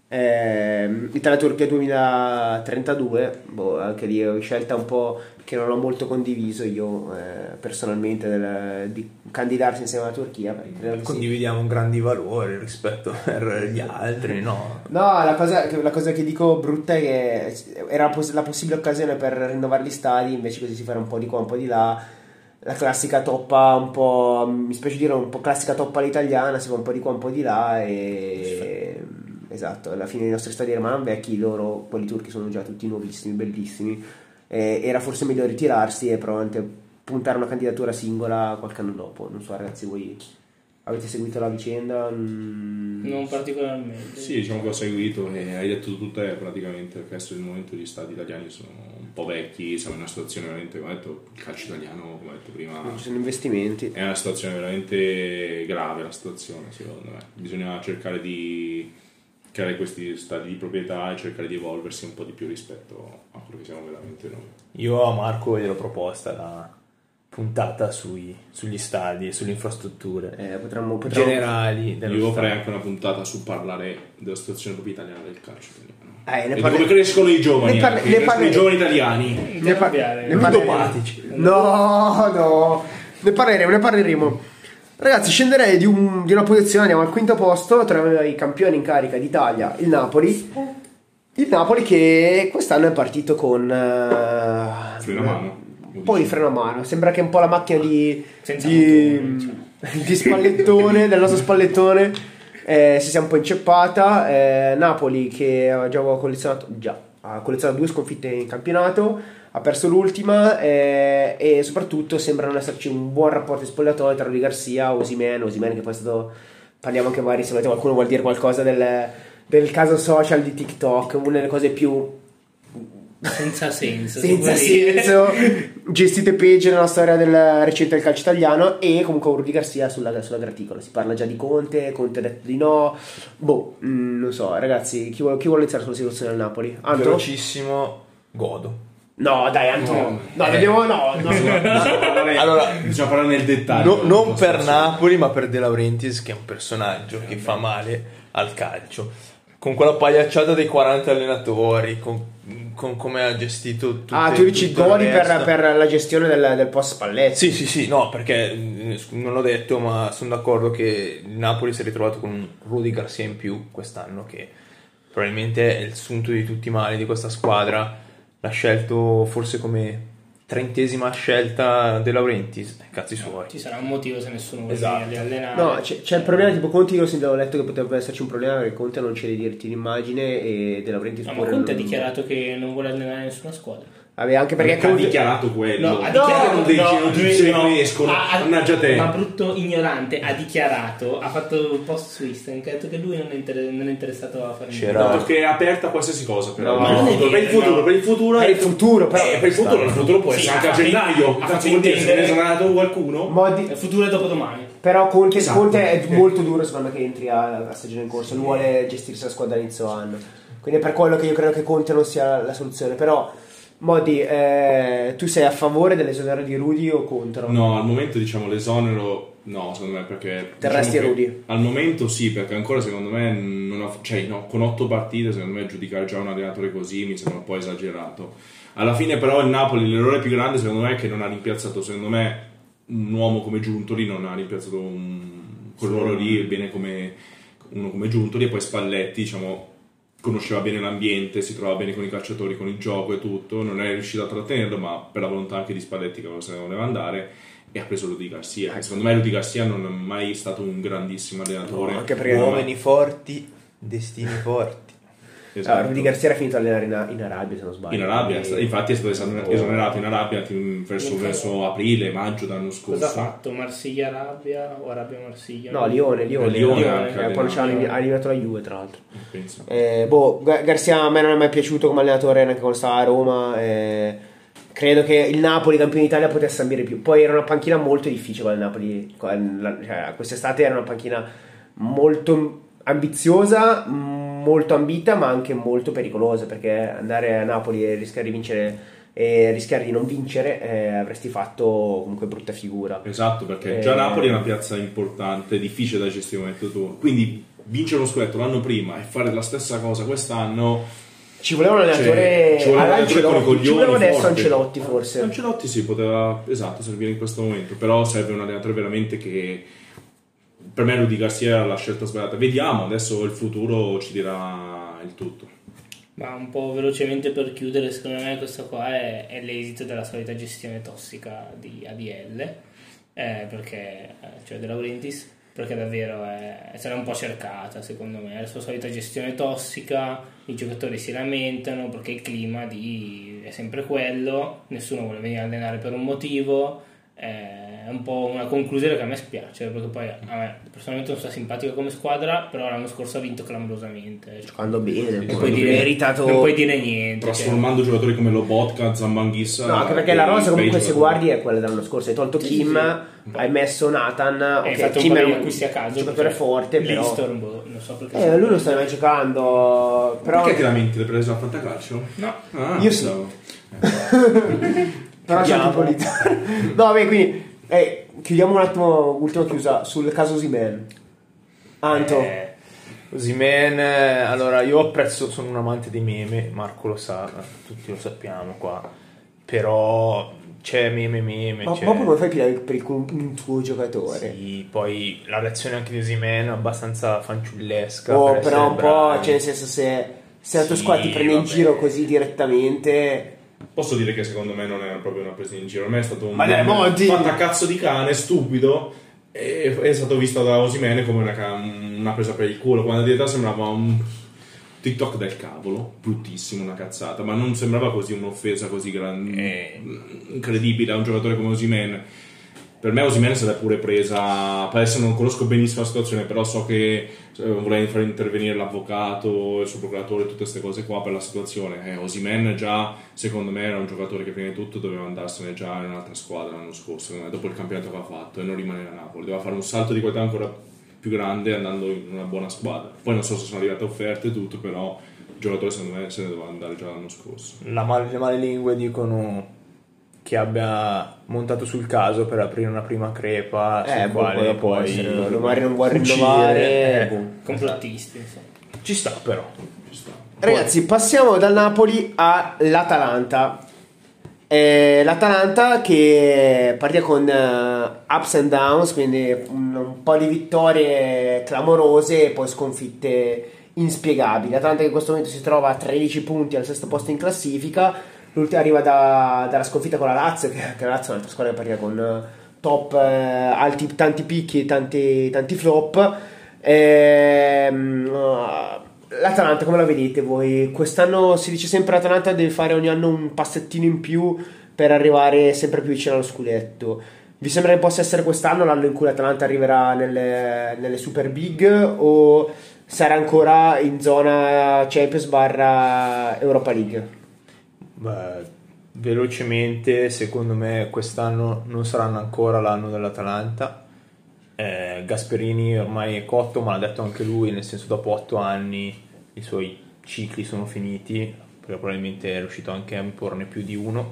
eh, Italia-Turchia duemilatrentadue. Boh, anche lì è una scelta un po' che non ho molto condiviso io eh, personalmente, del, di candidarsi insieme alla Turchia. Perché Condividiamo un grandi valori rispetto per gli altri, no? No, la cosa, la cosa che dico brutta è che era la, poss- la possibile occasione per rinnovare gli stadi, invece così si fa un po' di qua, un po' di là. La classica toppa un po', mi spiace dire, un po' classica toppa all'italiana, si fa un po' di qua, un po' di là e... Esatto, alla fine i nostri stadi rimangono vecchi, loro, quelli turchi, sono già tutti nuovissimi, bellissimi. E era forse meglio ritirarsi e probabilmente puntare una candidatura singola qualche anno dopo. Non so, ragazzi, voi avete seguito la vicenda? Mm. Non particolarmente. Sì, diciamo che ho seguito e hai detto tu te praticamente, perché adesso il momento gli stati italiani sono un po' vecchi, siamo in una situazione veramente, come ho detto, il calcio italiano, come ho detto prima, Non ci sono investimenti. è una situazione veramente grave, la situazione secondo me. Bisogna cercare di creare questi stati di proprietà e cercare di evolversi un po' di più rispetto a quello che siamo veramente noi. Io a Marco gliel'ho proposta la puntata sui, sugli stadi e sulle infrastrutture Eh, potremmo, potremmo... generali dello Io farei stadio. anche una puntata su parlare della situazione proprio italiana del calcio italiano. Eh, ne E di parli- come crescono i giovani, ne parli- anche, ne crescono parli- i giovani italiani. Ne, par- Cambiare. ne parleremo. Ludopatici. No, no, ne parleremo, ne parleremo. Ragazzi, scenderei di, un- di una posizione, andiamo al quinto posto, troviamo i campioni in carica d'Italia, il Napoli. Il Napoli che quest'anno è partito con eh, Freno a mano. un po' di freno a mano, sembra che un po' la macchina di, Senza di, motore, di Spallettone, del nostro Spallettone, eh, si sia un po' inceppata. eh, Napoli che aveva già collezionato, già, ha collezionato due sconfitte in campionato, ha perso l'ultima eh, e soprattutto sembra non esserci un buon rapporto di spogliatoio tra Rudi Garcia e Osimhen. Osimhen che poi è stato, parliamo anche magari se volete, qualcuno vuol dire qualcosa del, del caso social di TikTok, una delle cose più Senza senso. si senza può dire. senso gestite peggio nella storia del recente del calcio italiano. E comunque Rudi Garcia sulla, sulla graticola, si parla già di Conte, Conte ha detto di no. Boh, mh, non so ragazzi, chi vuole, chi vuole iniziare sulla situazione del Napoli? Anto? Velocissimo, godo. No dai Anto, no, no, dobbiamo no, no, no. Allora, bisogna parlare nel dettaglio. No- non per Napoli, ma per De Laurentiis, che è un personaggio che fa male al calcio. con quella pagliacciata dei quaranta allenatori, con, con come ha gestito tutto. Ah, tu dici Doni per, per la gestione del, del post Spalletti? Sì, sì, sì, no, perché non l'ho detto, ma sono d'accordo che il Napoli si è ritrovato con un Rudy Garcia in più quest'anno, che probabilmente è il sunto di tutti i mali di questa squadra. L'ha scelto forse come trentesima scelta De Laurentiis, cazzi suoi. Ci sarà un motivo se nessuno vuole Esatto. venire a allenare. No, c'è, c'è il problema tipo Conte. Io ho letto che potrebbe esserci un problema perché Conte non c'è di dirti l'immagine e De Laurentiis No, ma pure Conte ha non- dichiarato che non vuole allenare nessuna squadra. Vabbè, anche perché Perché ha Conte... dichiarato quello. No, ha No, dichiarato- non dei no, notizie no, che escono. ha- ha- Mannaggia te. Ma brutto ignorante, ha dichiarato, ha fatto un post su Instagram che ha detto che lui non è, inter- non è interessato a fare C'era- niente. Dato che è aperta a qualsiasi cosa però. No, per, il non è futuro, per il vero, futuro, no. per il futuro, Per il futuro, però. Eh, per il futuro, il futuro può Sì, essere anche ha a fatto- gennaio. ha Cazzo fatto vuol dire se ne è intendere- esonerato qualcuno? Modi- Il futuro è dopodomani. Però Conte, Esatto. Conte è molto duro secondo me che entri a, a stagione in corso. Lui vuole gestirsi la squadra all'inizio anno. Quindi è per quello che io credo che Conte non sia la soluzione. Però Modi, eh, tu sei a favore dell'esonero di Rudy o contro? No, al momento diciamo l'esonero no, secondo me perché Terresti diciamo che Rudy? Al momento sì, perché ancora secondo me non ha, cioè no, con otto partite secondo me giudicare già un allenatore così mi sembra un po' esagerato. Alla fine però il Napoli l'errore più grande secondo me è che non ha rimpiazzato secondo me un uomo come Giuntoli, non ha rimpiazzato un quel ruolo lì bene come uno come Giuntoli, e poi Spalletti diciamo conosceva bene l'ambiente, si trovava bene con i calciatori, con il gioco e tutto, non è riuscito a trattenerlo, ma per la volontà anche di Spalletti che se ne voleva andare, e ha preso Rudy Garcia. Che secondo me Rudy Garcia non è mai stato un grandissimo allenatore. No, anche perché Uomini forti, destini forti. Esatto. Ah, Rudy Garcia era finito a allenare in, in Arabia, se non sbaglio. In Arabia, Quindi- infatti è stato eson- esonerato in Arabia verso, verso aprile, maggio dell'anno Cosa ha scorso. fatto? Marsiglia Arabia o Arabia Marsiglia? No, Lione, Lione. Lione Lione, anche, eh, poi c'ha Lione. ha eliminato la Juve tra l'altro. Penso. Eh, boh, Ga- Garcia a me non è mai piaciuto come allenatore neanche quando stava a Roma. eh, credo che il Napoli, campione d'Italia, potesse ambire più. Poi era una panchina molto difficile con il Napoli. con la- cioè, quest'estate era una panchina molto ambiziosa, molto ambita, ma anche molto pericolosa, perché andare a Napoli e rischiare di vincere e rischiare di non vincere eh, avresti fatto comunque brutta figura. Esatto, perché Eh, già Napoli è una piazza importante, difficile da gestire come hai detto tu. Quindi vincere uno scudetto l'anno prima e fare la stessa cosa quest'anno. Ci voleva un allenatore, Cioè, ci voleva un alla allenatore con i Ancelotti, coglioni ci voleva adesso forti. Ancelotti forse. Ancelotti sì, poteva esatto servire in questo momento, però serve un allenatore veramente che per me Rudy Garcia è la scelta sbagliata. Vediamo, adesso il futuro ci dirà il tutto. Ma un po' velocemente per chiudere, secondo me questo qua è, è l'esito della solita gestione tossica di A D L, eh, perché, eh, cioè De Laurentiis, perché davvero è, se l'è un po' cercata secondo me, è la sua solita gestione tossica, i giocatori si lamentano perché il clima di, è sempre quello, nessuno vuole venire a allenare per un motivo, eh, è un po' una conclusione che a me spiace, perché poi a me personalmente non sta simpatica come squadra, però l'anno scorso ha vinto clamorosamente, cioè, Giocando bene, non poi puoi dire, meritato. non puoi dire niente, cioè. Trasformando giocatori come Lobotka, Zambanghissa. No, anche perché la rosa comunque se guardi è quella dell'anno scorso. Hai tolto Sì, Kim, sì. hai messo Nathan. Hai Ok, fatto un Kim po' è di un acquisti a caso, giocatore perché forte, però. Listorm, boh, non so perché. Eh, lui non sta mai giocando. Però. Perché ti lamenti? L'hai preso a fantacalcio? No. Ah, Io sì. pensavo. Però c'è Chiudiamo. tipo lì. No, beh, quindi. Eh, chiudiamo un attimo, ultima chiusa sul caso Osimhen. Anto. Eh, Osimhen, eh, allora io apprezzo, sono un amante dei meme, Marco lo sa, tutti lo sappiamo qua, però c'è meme meme, ma c'è... proprio come fai per il, per il culo un tuo giocatore? Sì, poi la reazione anche di Osimhen è abbastanza fanciullesca. Oh, per però essere un po', bravi. cioè nel senso se, se la tua Sì, squadra ti prende in vabbè. giro così direttamente. Posso dire che secondo me non era proprio una presa in giro, a me è stato un Ma dai, Monti! fantacazzo di cane, stupido, e è stato visto da Osimhen come una, ca- una presa per il culo, quando in realtà sembrava un TikTok del cavolo, bruttissimo, una cazzata, ma non sembrava così un'offesa così grande, Eh. incredibile a un giocatore come Osimhen. Per me Osimhen se l'è pure presa, adesso non conosco benissimo la situazione, però so che eh, voleva far intervenire l'avvocato, il suo procuratore, tutte queste cose qua per la situazione. Eh, Osimhen già, secondo me, era un giocatore che prima di tutto doveva andarsene già in un'altra squadra l'anno scorso, secondo me, dopo il campionato che aveva fatto, e non rimanere a Napoli. Doveva fare un salto di qualità ancora più grande andando in una buona squadra. Poi non so se sono arrivate offerte e tutto, però il giocatore secondo me se ne doveva andare già l'anno scorso. La mal- le male lingue dicono che abbia montato sul caso per aprire una prima crepa Eh, sul boh, quale può poi essere, no, magari non vuole fucire, rinnovare. eh. boh. Complottisti, insomma. Ci sta però. Ci sta. Ragazzi, passiamo dal Napoli all'Atalanta. Eh, L'Atalanta che partiva con uh, ups and downs, quindi un, un po' di vittorie clamorose e poi sconfitte inspiegabili. L'Atalanta che in questo momento si trova a tredici punti al sesto posto in classifica. L'ultima arriva da, dalla sconfitta con la Lazio, che, che la Lazio è un'altra squadra che partiva con uh, top uh, alti, tanti picchi e tanti, tanti flop. Ehm, uh, L'Atalanta come la vedete voi? Quest'anno si dice sempre l'Atalanta deve fare ogni anno un passettino in più per arrivare sempre più vicino allo scudetto. Vi sembra che possa essere quest'anno l'anno in cui l'Atalanta arriverà nelle, nelle Super Big, o sarà ancora in zona Champions barra Europa League? Beh, velocemente, secondo me quest'anno non saranno ancora l'anno dell'Atalanta. Eh, Gasperini ormai è cotto, ma l'ha detto anche lui, nel senso dopo otto anni i suoi cicli sono finiti, perché probabilmente è riuscito anche a imporne più di uno,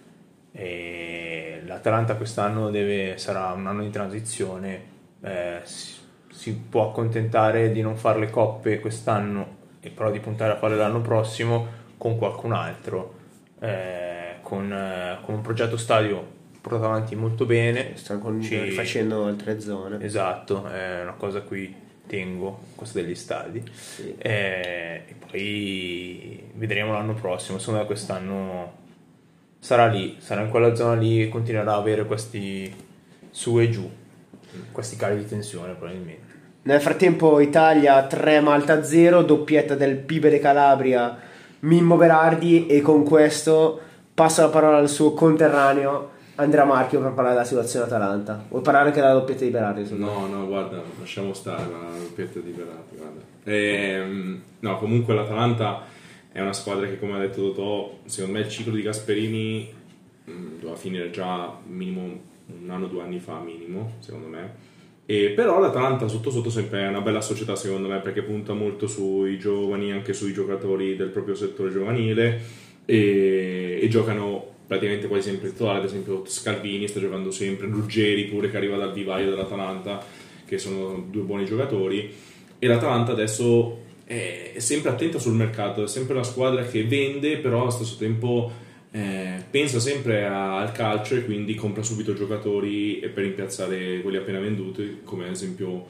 e l'Atalanta quest'anno deve, sarà un anno di transizione. Eh, si, si può accontentare di non fare le coppe quest'anno e però di puntare a farle l'anno prossimo con qualcun altro, eh, con, eh, con un progetto stadio portato avanti molto bene. Stanno con, Ci- facendo altre zone. Esatto, è una cosa a cui tengo, questo degli stadi. Sì. Eh, e poi vedremo l'anno prossimo. Secondo me quest'anno sarà lì, sarà in quella zona lì e continuerà a avere questi su e giù, questi cali di tensione probabilmente. Nel frattempo Italia tre Malta zero, doppietta del Pibe de Calabria Mimmo Berardi, e con questo passo la parola al suo conterraneo Andrea Marchio per parlare della situazione Atalanta. Vuoi parlare anche della doppietta di Berardi? insomma? No, no, guarda, lasciamo stare la doppietta di Verratti, guarda. Ehm, no, comunque l'Atalanta è una squadra che, come ha detto Totò, secondo me il ciclo di Gasperini mh, doveva finire già minimo un anno, due anni fa, minimo, secondo me. E però l'Atalanta sotto sotto sempre è una bella società, secondo me, perché punta molto sui giovani, anche sui giocatori del proprio settore giovanile, e, e giocano praticamente quasi sempre titolare. Ad esempio Scalvini sta giocando sempre, Ruggeri pure, che arriva dal vivaio dell'Atalanta, che sono due buoni giocatori. E l'Atalanta adesso è sempre attenta sul mercato, è sempre una squadra che vende, però allo stesso tempo eh, pensa sempre a- al calcio, e quindi compra subito giocatori e per rimpiazzare quelli appena venduti, come ad esempio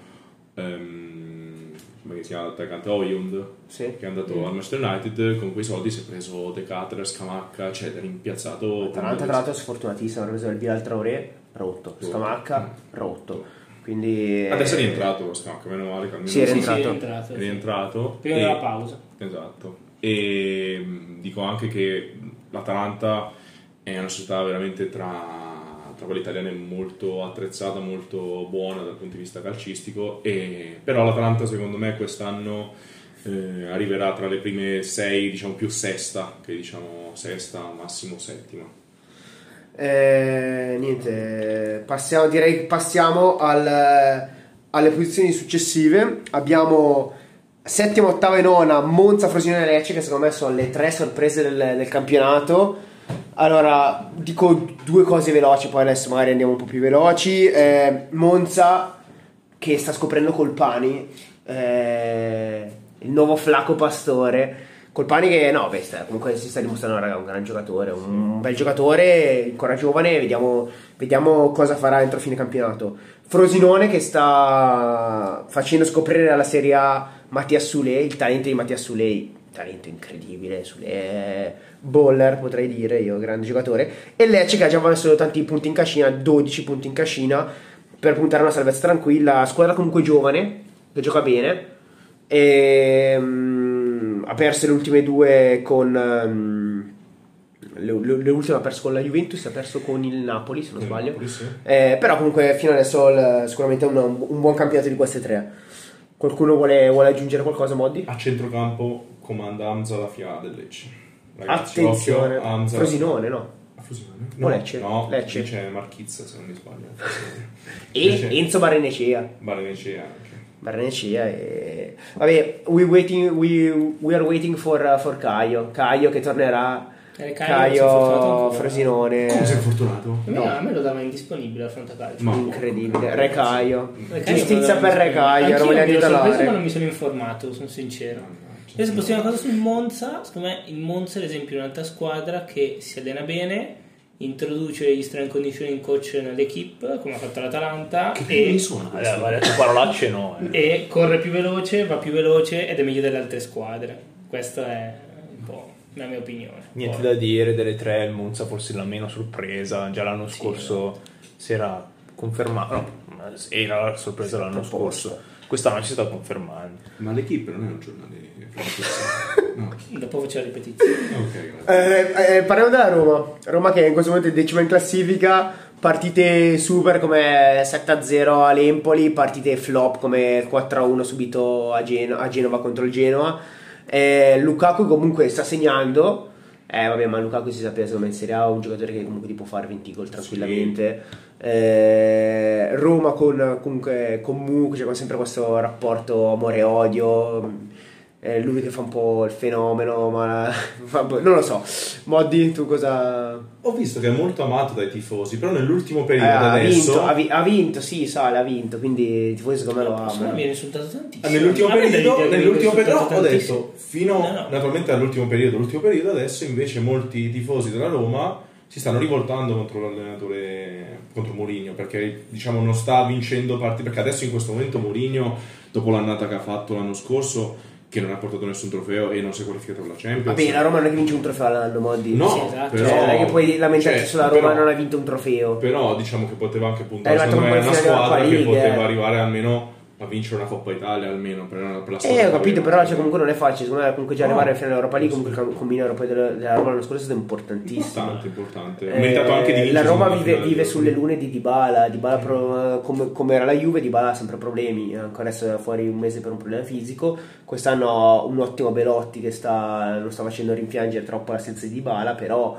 ehm, come si chiama l'attaccante Højlund, Sì. che è andato al Manchester United. Con quei soldi si è preso De Ketelaere, Scamacca, cioè rimpiazzato. Atalanta tra l'altro è sfortunatissima, ha preso il Bilal Traoré, rotto, Scamacca, rotto. Quindi Adesso è rientrato lo Scamacca, meno male che almeno Sì, è Sì, sì, è rientrato. rientrato. è sì. rientrato. Prima E- della pausa. Esatto. E mh, dico anche che l'Atalanta è una società veramente tra, tra quelle italiane molto attrezzata, molto buona dal punto di vista calcistico, e però l'Atalanta secondo me quest'anno eh, arriverà tra le prime sei, diciamo più sesta, che diciamo sesta, massimo settima. Eh, niente, passiamo, direi che passiamo al- alle posizioni successive. Abbiamo settima, ottava e nona Monza, Frosinone e Lecce, che secondo me sono le tre sorprese del, del campionato. Allora, dico due cose veloci, poi adesso magari andiamo un po' più veloci. Eh, Monza che sta scoprendo Colpani, eh, il nuovo Flaco Pastore. Colpani che no, beh, sta- comunque si sta dimostrando raga, un gran giocatore, un, un bel giocatore, ancora giovane. Vediamo, vediamo cosa farà entro fine campionato. Frosinone che sta facendo scoprire alla Serie A Mattias Suley, il talento di Mattias Suley, talento incredibile. Suley è baller, potrei dire io, grande giocatore. E Lecce che ha già messo tanti punti in cascina, dodici punti in cascina, per puntare a una salvezza tranquilla. Squadra comunque giovane, che gioca bene, e mm, ha perso le ultime due con mm, le, le, le ultime ha perso con la Juventus, ha perso con il Napoli se non Con il sbaglio. Napoli, sì. Eh, però comunque fino adesso il- sicuramente un, un buon campionato di queste tre. Qualcuno vuole, vuole aggiungere qualcosa, Moddi? A centrocampo comanda Hamza Lafia del Lecce. Ragazzi, Attenzione, occhio, Hamza- Frosinone, no? A Frosinone? O Lecce? No, Lecce. lì c'è Marchizza, se non mi sbaglio. E Invece- Enzo Barrenecea. Barenecea anche. Barrenecea e... Vabbè, we, waiting, we, we are waiting for, uh, for Caio. Caio che tornerà Eh, Caio, si è fortunato Caio ancora. Frosinone. Come sei fortunato? A me, No. a me lo dava indisponibile a fronte a calcio. Ma- Incredibile. Re Caio. Re Caio Giustizia me lo per dava Re Caio. indisponibile. Roma Anch'io di mi ero sorpreso, ma titolare. non mi sono informato, sono sincero. Adesso posso dire una cosa sul Monza. Secondo me il Monza, ad esempio, è un'altra squadra che si allena bene, introduce gli strength conditioning coach nell'equipe, come ha fatto l'Atalanta, Che e, ne sono questi? Allora, ha detto parolacce no. eh. e corre più veloce, va più veloce ed è meglio delle altre squadre. Questa è un po' la mia opinione. Niente Poi- da dire, delle tre il Monza forse la meno sorpresa, già l'anno scorso si era confermato, no, era la sorpresa l'anno scorso, quest'anno si sta confermando. Ma l'equipe non è un giornale no. Dopo faccio la ripetizione. Ok, grazie. Eh, eh, parliamo della Roma. Roma che in questo momento è decima in classifica. Partite super come sette a zero all'Empoli, partite flop come quattro a uno subito a, Geno- a Genova contro il Genoa. Eh, Lukaku comunque sta segnando. Eh vabbè, ma Lukaku si sapeva secondo me in Serie A, un giocatore che comunque ti può fare venti gol tranquillamente. Eh, Roma con comunque con Mu, c'è sempre questo rapporto amore e odio. Eh, lui che fa un po' il fenomeno, ma vabbè, non lo so. Moddi, tu cosa? Ho visto che è molto amato dai tifosi, però nell'ultimo Eh, periodo ha, adesso vinto, ha, vi- ha vinto, sì, Sale, ha vinto, quindi i tifosi secondo me lo Insomma, amano. viene insultato tantissimo. Ah, nell'ultimo A me periodo, dall'idea che nell'ultimo viene periodo insultato ho tantissimo. detto fino No, no. naturalmente all'ultimo periodo, l'ultimo periodo adesso invece molti tifosi della Roma si stanno rivoltando contro l'allenatore, contro Mourinho, perché diciamo non sta vincendo partite, perché adesso in questo momento Mourinho, dopo l'annata che ha fatto l'anno scorso, che non ha portato nessun trofeo e non si è qualificato per la Champions. Vabbè, la Roma non è che vince un trofeo all'anno, Moddi. No, Sì, esatto. però, Cioè, non è che puoi lamentarti cioè, sulla Roma però- non ha vinto un trofeo. Però diciamo che poteva anche puntare È arrivato secondo me un a po' una in finale della squadra che Coppa League, poteva eh. arrivare almeno a vincere una Coppa Italia almeno per, per la squadra Eh, ho che capito, aveva. però cioè, comunque non è facile. Secondo me comunque già No, arrivare alla finale dell'Europa League, sì. comunque il combino europeo della, della Roma l'anno scorso è stato importantissimo. Importante, importante. Ha Eh, meritato anche di vincere. la Roma secondo me, vive, finale vive di sulle Europa. lune di Dybala, Dybala pro- come, come era la Juve, Dybala ha sempre problemi, ancora adesso è fuori un mese per un problema fisico. Quest'anno un ottimo Belotti che sta, non sta facendo rimpiangere troppo l'assenza di Dybala, però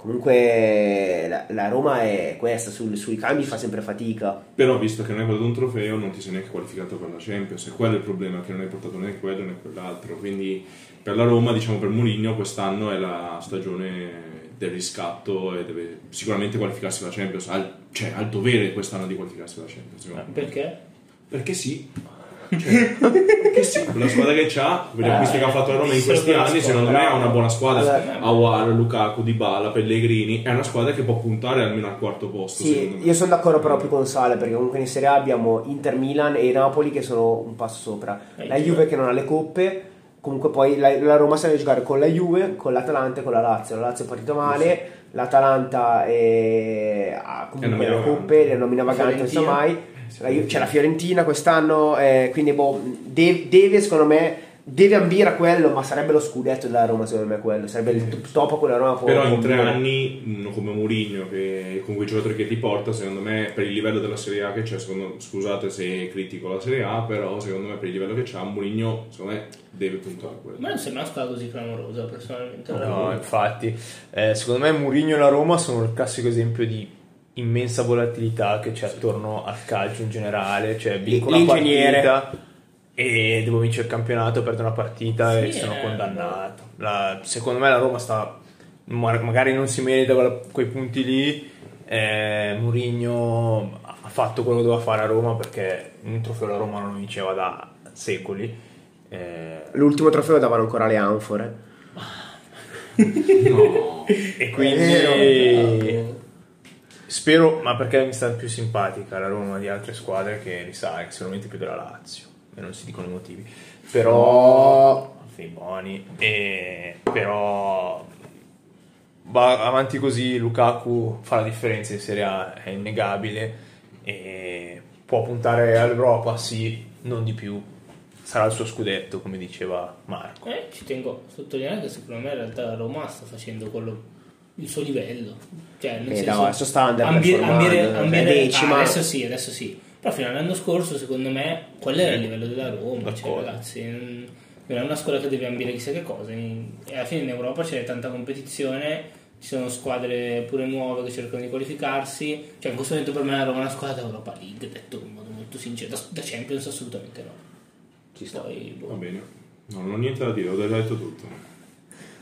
comunque la, la Roma è questa, sul- sui cambi fa sempre fatica. Però visto che non hai portato un trofeo non ti sei neanche qualificato per la Champions, e quello è il problema, che non hai portato né quello né quell'altro. Quindi per la Roma, diciamo per Mourinho, quest'anno è la stagione del riscatto e deve sicuramente qualificarsi per la Champions. Ha il- cioè ha il dovere quest'anno di qualificarsi per la Champions, secondo me. Perché? Perché sì. Cioè, perché sì, con la squadra che c'ha, con gli acquisti che ha fatto la Roma in Solo questi per la anni, squadra. secondo me ha una buona squadra. Allora, Aouar, Lukaku, Dybala, Pellegrini, è una squadra che può puntare almeno al quarto posto, secondo Sì, me. io sono d'accordo però più con Sale, perché comunque in Serie A abbiamo Inter, Milan e Napoli che sono un passo sopra. Eh, La sì. Juve che non ha le coppe, comunque poi la, la Roma sa giocare con la Juve, con l'Atalanta e con la Lazio. La Lazio è partita male, l'Atalanta è, ha comunque È le nomina coppe, vagante. le nomina vagante, non sa Fiorentina. mai. La Ju- c'è la Fiorentina quest'anno, eh, quindi boh, de- deve secondo me deve ambire a quello, ma sarebbe lo scudetto della Roma secondo me quello, sarebbe il top top a quella Roma può Però in tre combinare. anni, uno come Mourinho, che con quei giocatori che ti porta, secondo me, per il livello della Serie A che c'è, secondo, scusate se critico la Serie A, però secondo me per il livello che c'ha, Mourinho, secondo me, deve puntare a quello. Ma non sembra una squadra così clamorosa, personalmente. No, infatti, eh, secondo me Mourinho e la Roma sono il classico esempio di immensa volatilità che c'è attorno al calcio in generale, cioè vinco una L'ingegnere. partita e devo vincere il campionato, perdo una partita e Sì, sono eh, condannato. La- secondo me la Roma sta ma- magari non si merita quella- quei punti lì. eh, Mourinho ha fatto quello che doveva fare a Roma, perché un trofeo la Roma non lo vinceva da secoli. eh, L'ultimo trofeo davano ancora le anfore. No. e quindi vero. spero, ma perché mi sta più simpatica la Roma di altre squadre che risale, sicuramente più della Lazio, e non si dicono i motivi, però sì, buoni, e, però va avanti così, Lukaku fa la differenza in Serie A, è innegabile, e può puntare all'Europa, sì, non di più, sarà il suo scudetto, come diceva Marco. Eh, ci tengo a sottolineare che secondo me in realtà la Roma sta facendo quello, il suo livello, cioè nel Eh, senso, no, adesso sta ambire, underperformando, ambire, cioè, ambire- decima. ah, adesso sì, adesso sì, però fino all'anno scorso secondo me quello era il livello della Roma, cioè, D'accordo. ragazzi, non non è una squadra che deve ambire chissà che cosa, in- e alla fine in Europa c'è tanta competizione, ci sono squadre pure nuove che cercano di qualificarsi, cioè in questo momento per me la Roma è una squadra da Europa League, detto in modo molto sincero, da, da Champions assolutamente no. Ci sta. Poi, boh. Va bene. No, non ho niente da dire, ho già detto tutto.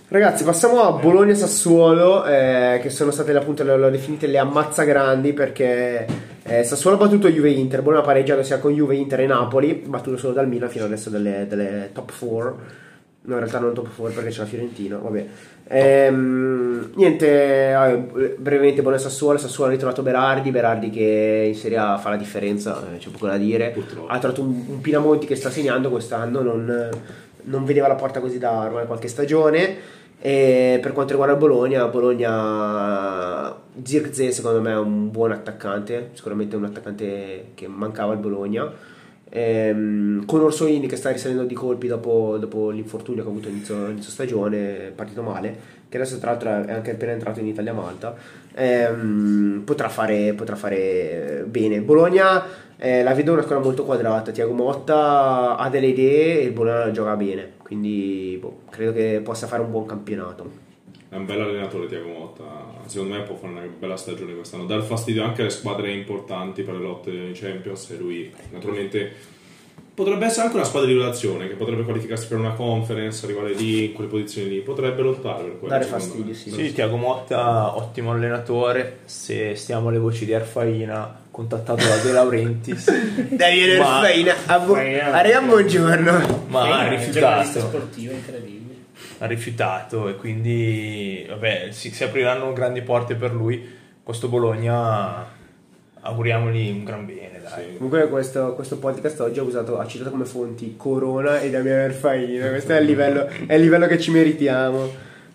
Ragazzi, passiamo a Bologna e Sassuolo, eh, che sono state appunto le, le ho definite le ammazzagrandi, perché eh, Sassuolo ha battuto Juve Inter, Bologna ha pareggiato sia con Juve Inter e Napoli, battuto solo dal Milan fino adesso delle, delle top quattro. No, in realtà non top quattro perché c'è la Fiorentina, vabbè. Ehm, niente, vabbè, brevemente Bologna e Sassuolo. Sassuolo ha ritrovato Berardi, Berardi che in Serie A fa la differenza, eh, c'è poco da dire. Purtroppo. Ha trovato un, un Pinamonti che sta segnando quest'anno, non, non vedeva la porta così da ormai qualche stagione. E per quanto riguarda il Bologna, Bologna Zirkzee secondo me è un buon attaccante, sicuramente un attaccante che mancava al Bologna. Ehm, con Orsolini che sta risalendo di colpi dopo, dopo l'infortunio che ha avuto inizio, inizio stagione, è partito male, che adesso tra l'altro è anche appena entrato in Italia Malta. Ehm, potrà fare, potrà fare bene. Bologna eh, la vedo una squadra molto quadrata, Thiago Motta ha delle idee e il Bologna gioca bene, quindi boh, credo che possa fare un buon campionato. È un bel allenatore Thiago Motta, secondo me può fare una bella stagione quest'anno, dà fastidio anche alle squadre importanti per le lotte in Champions, e lui naturalmente potrebbe essere anche una squadra di rivelazione che potrebbe qualificarsi per una conference, arrivare lì in quelle posizioni lì, potrebbe lottare per quello. Dare fastidio, sì. Sì, Thiago Motta, ottimo allenatore. Se stiamo alle voci di Erfaina, contattato da De Laurentiis. Davide Ma- Erfaina, a bu- arriva buongiorno. Ma ha È un giornalista rifiutato. sportivo incredibile. Ha rifiutato e quindi vabbè, si, si apriranno grandi porte per lui. Questo Bologna, auguriamogli un gran bene, dai. Sì. Comunque questo, questo podcast oggi ha, usato, ha citato come fonti Corona e Damiano Erfaina. Questo è il livello, è il livello che ci meritiamo.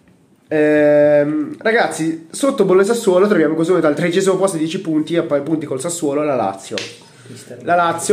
Ehm, ragazzi, sotto Bologna e Sassuolo troviamo in questo momento al tredicesimo posto dieci punti, a pari punti col Sassuolo la Lazio. La Lazio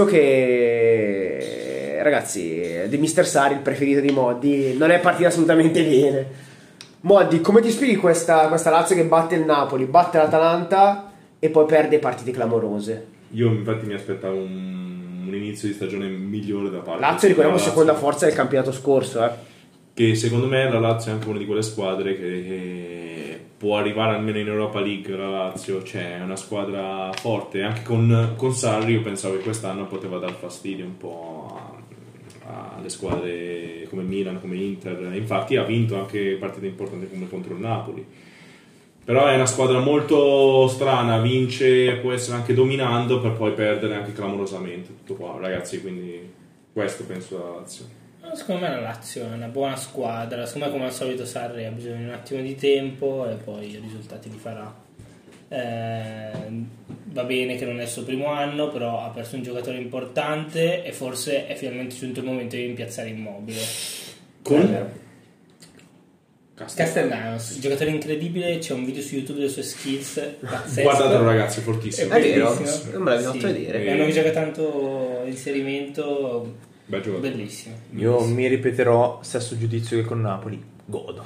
che, ragazzi, di mister Sarri, il preferito di Moddi, non è partita assolutamente bene. Moddi, come ti spieghi questa, questa Lazio che batte il Napoli, batte l'Atalanta e poi perde partite clamorose? Io infatti mi aspettavo un, un inizio di stagione migliore da parte Lazio, ricordiamo, della seconda Lazio, forza del campionato scorso, eh. che secondo me la Lazio è anche una di quelle squadre che, che può arrivare almeno in Europa League. La Lazio, cioè, è una squadra forte, anche con, con Sarri io pensavo che quest'anno poteva dar fastidio un po' a- alle squadre come Milan, come Inter, infatti ha vinto anche partite importanti come contro il Napoli. Però è una squadra molto strana, vince, può essere anche dominando per poi perdere anche clamorosamente. Tutto qua, ragazzi, quindi questo penso alla Lazio. Secondo me la Lazio è una buona squadra, secondo me come al solito Sarri ha bisogno di un attimo di tempo e poi i risultati li farà. Eh, va bene che non è il suo primo anno, però ha perso un giocatore importante e forse è finalmente giunto il momento di rimpiazzare Immobile. Con Castellanos, un giocatore incredibile, c'è un video su YouTube delle sue skills pazzesco. Guardatelo ragazzi, è fortissimo. È vero, bellissimo. non me l'avevi fatto Sì. vedere. E hanno giocato tanto inserimento, Bel giocatore. bellissimo. Io mi ripeterò stesso giudizio che con Napoli, godo.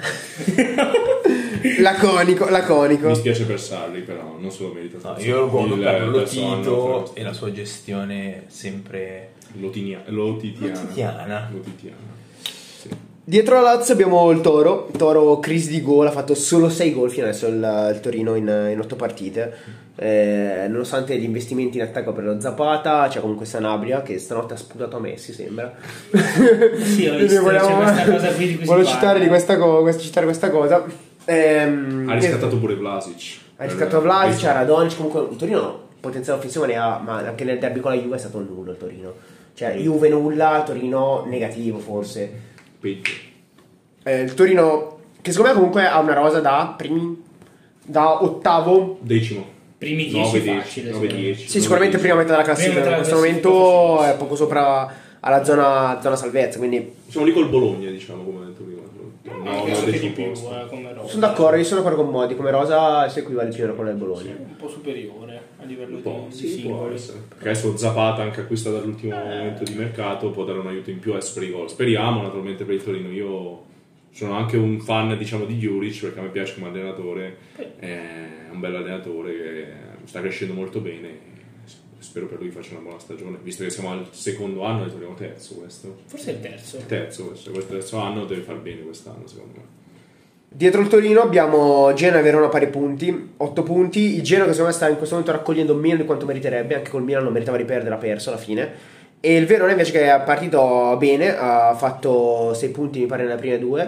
Laconico, laconico. Mi spiace per Sarri, però non se lo merita. No, io lo godo Il per terzo anno, Lotito però, e la sua gestione sempre Lotinia- Lotitiana. Lotitiana. Lotitiana. Dietro la Lazio abbiamo il Toro. Il Toro, crisi di gol, ha fatto solo sei gol fino adesso il, il Torino in, in otto partite. Eh, nonostante gli investimenti in attacco per lo Zapata, c'è comunque Sanabria che stanotte ha sputato a Messi, sembra. Sì, ho visto, Vogliamo- c'è questa cosa qui di cui si Voglio parla. citare, di questa co- questa- citare questa cosa. Ehm, Ha riscattato pure Vlasic. Ha riscattato Vlasic, c'ha Radonic, comunque il Torino potenziale offensivo ne ha, ma anche nel derby con la Juve è stato nullo il Torino. Cioè Juve nulla, Torino negativo forse. Peggio. Eh, il Torino che secondo me comunque ha una rosa da primi, da ottavo. Decimo. Primi nove dieci dieci, facile. nove secondo me. dieci. Sì, sicuramente prima metà della classifica. Prima In metà questo della classifica, momento sì, è sì. poco sopra alla zona, zona salvezza, quindi Siamo lì col Bologna, diciamo, come ho detto prima. No, No, penso no, che decimo di più, posto. eh, come rosa. sono d'accordo, io sono d'accordo con Modi, come rosa si equivale più a quella del Bologna. Un po' superiore a livello Un po', di, sì, di può singoli. essere. Perché adesso Zapata, anche acquistato all'ultimo momento di mercato, può dare un aiuto in più a essere i gol. Speriamo, naturalmente, per il Torino. Io sono anche un fan, diciamo, di Juric, perché a me piace come allenatore. È un bel allenatore che sta crescendo molto bene. Spero per lui faccia una buona stagione, visto che siamo al secondo anno e torniamo terzo questo. Forse è il terzo. Il terzo, questo, questo terzo anno deve far bene quest'anno, secondo me. Dietro il Torino abbiamo Genoa e Verona pari punti, otto punti. Il Genoa che secondo me sta in questo momento raccogliendo meno di quanto meriterebbe, anche col Milan non meritava di perdere, ha perso alla fine. E il Verona invece che è partito bene, ha fatto sei punti mi pare nelle prime due, ha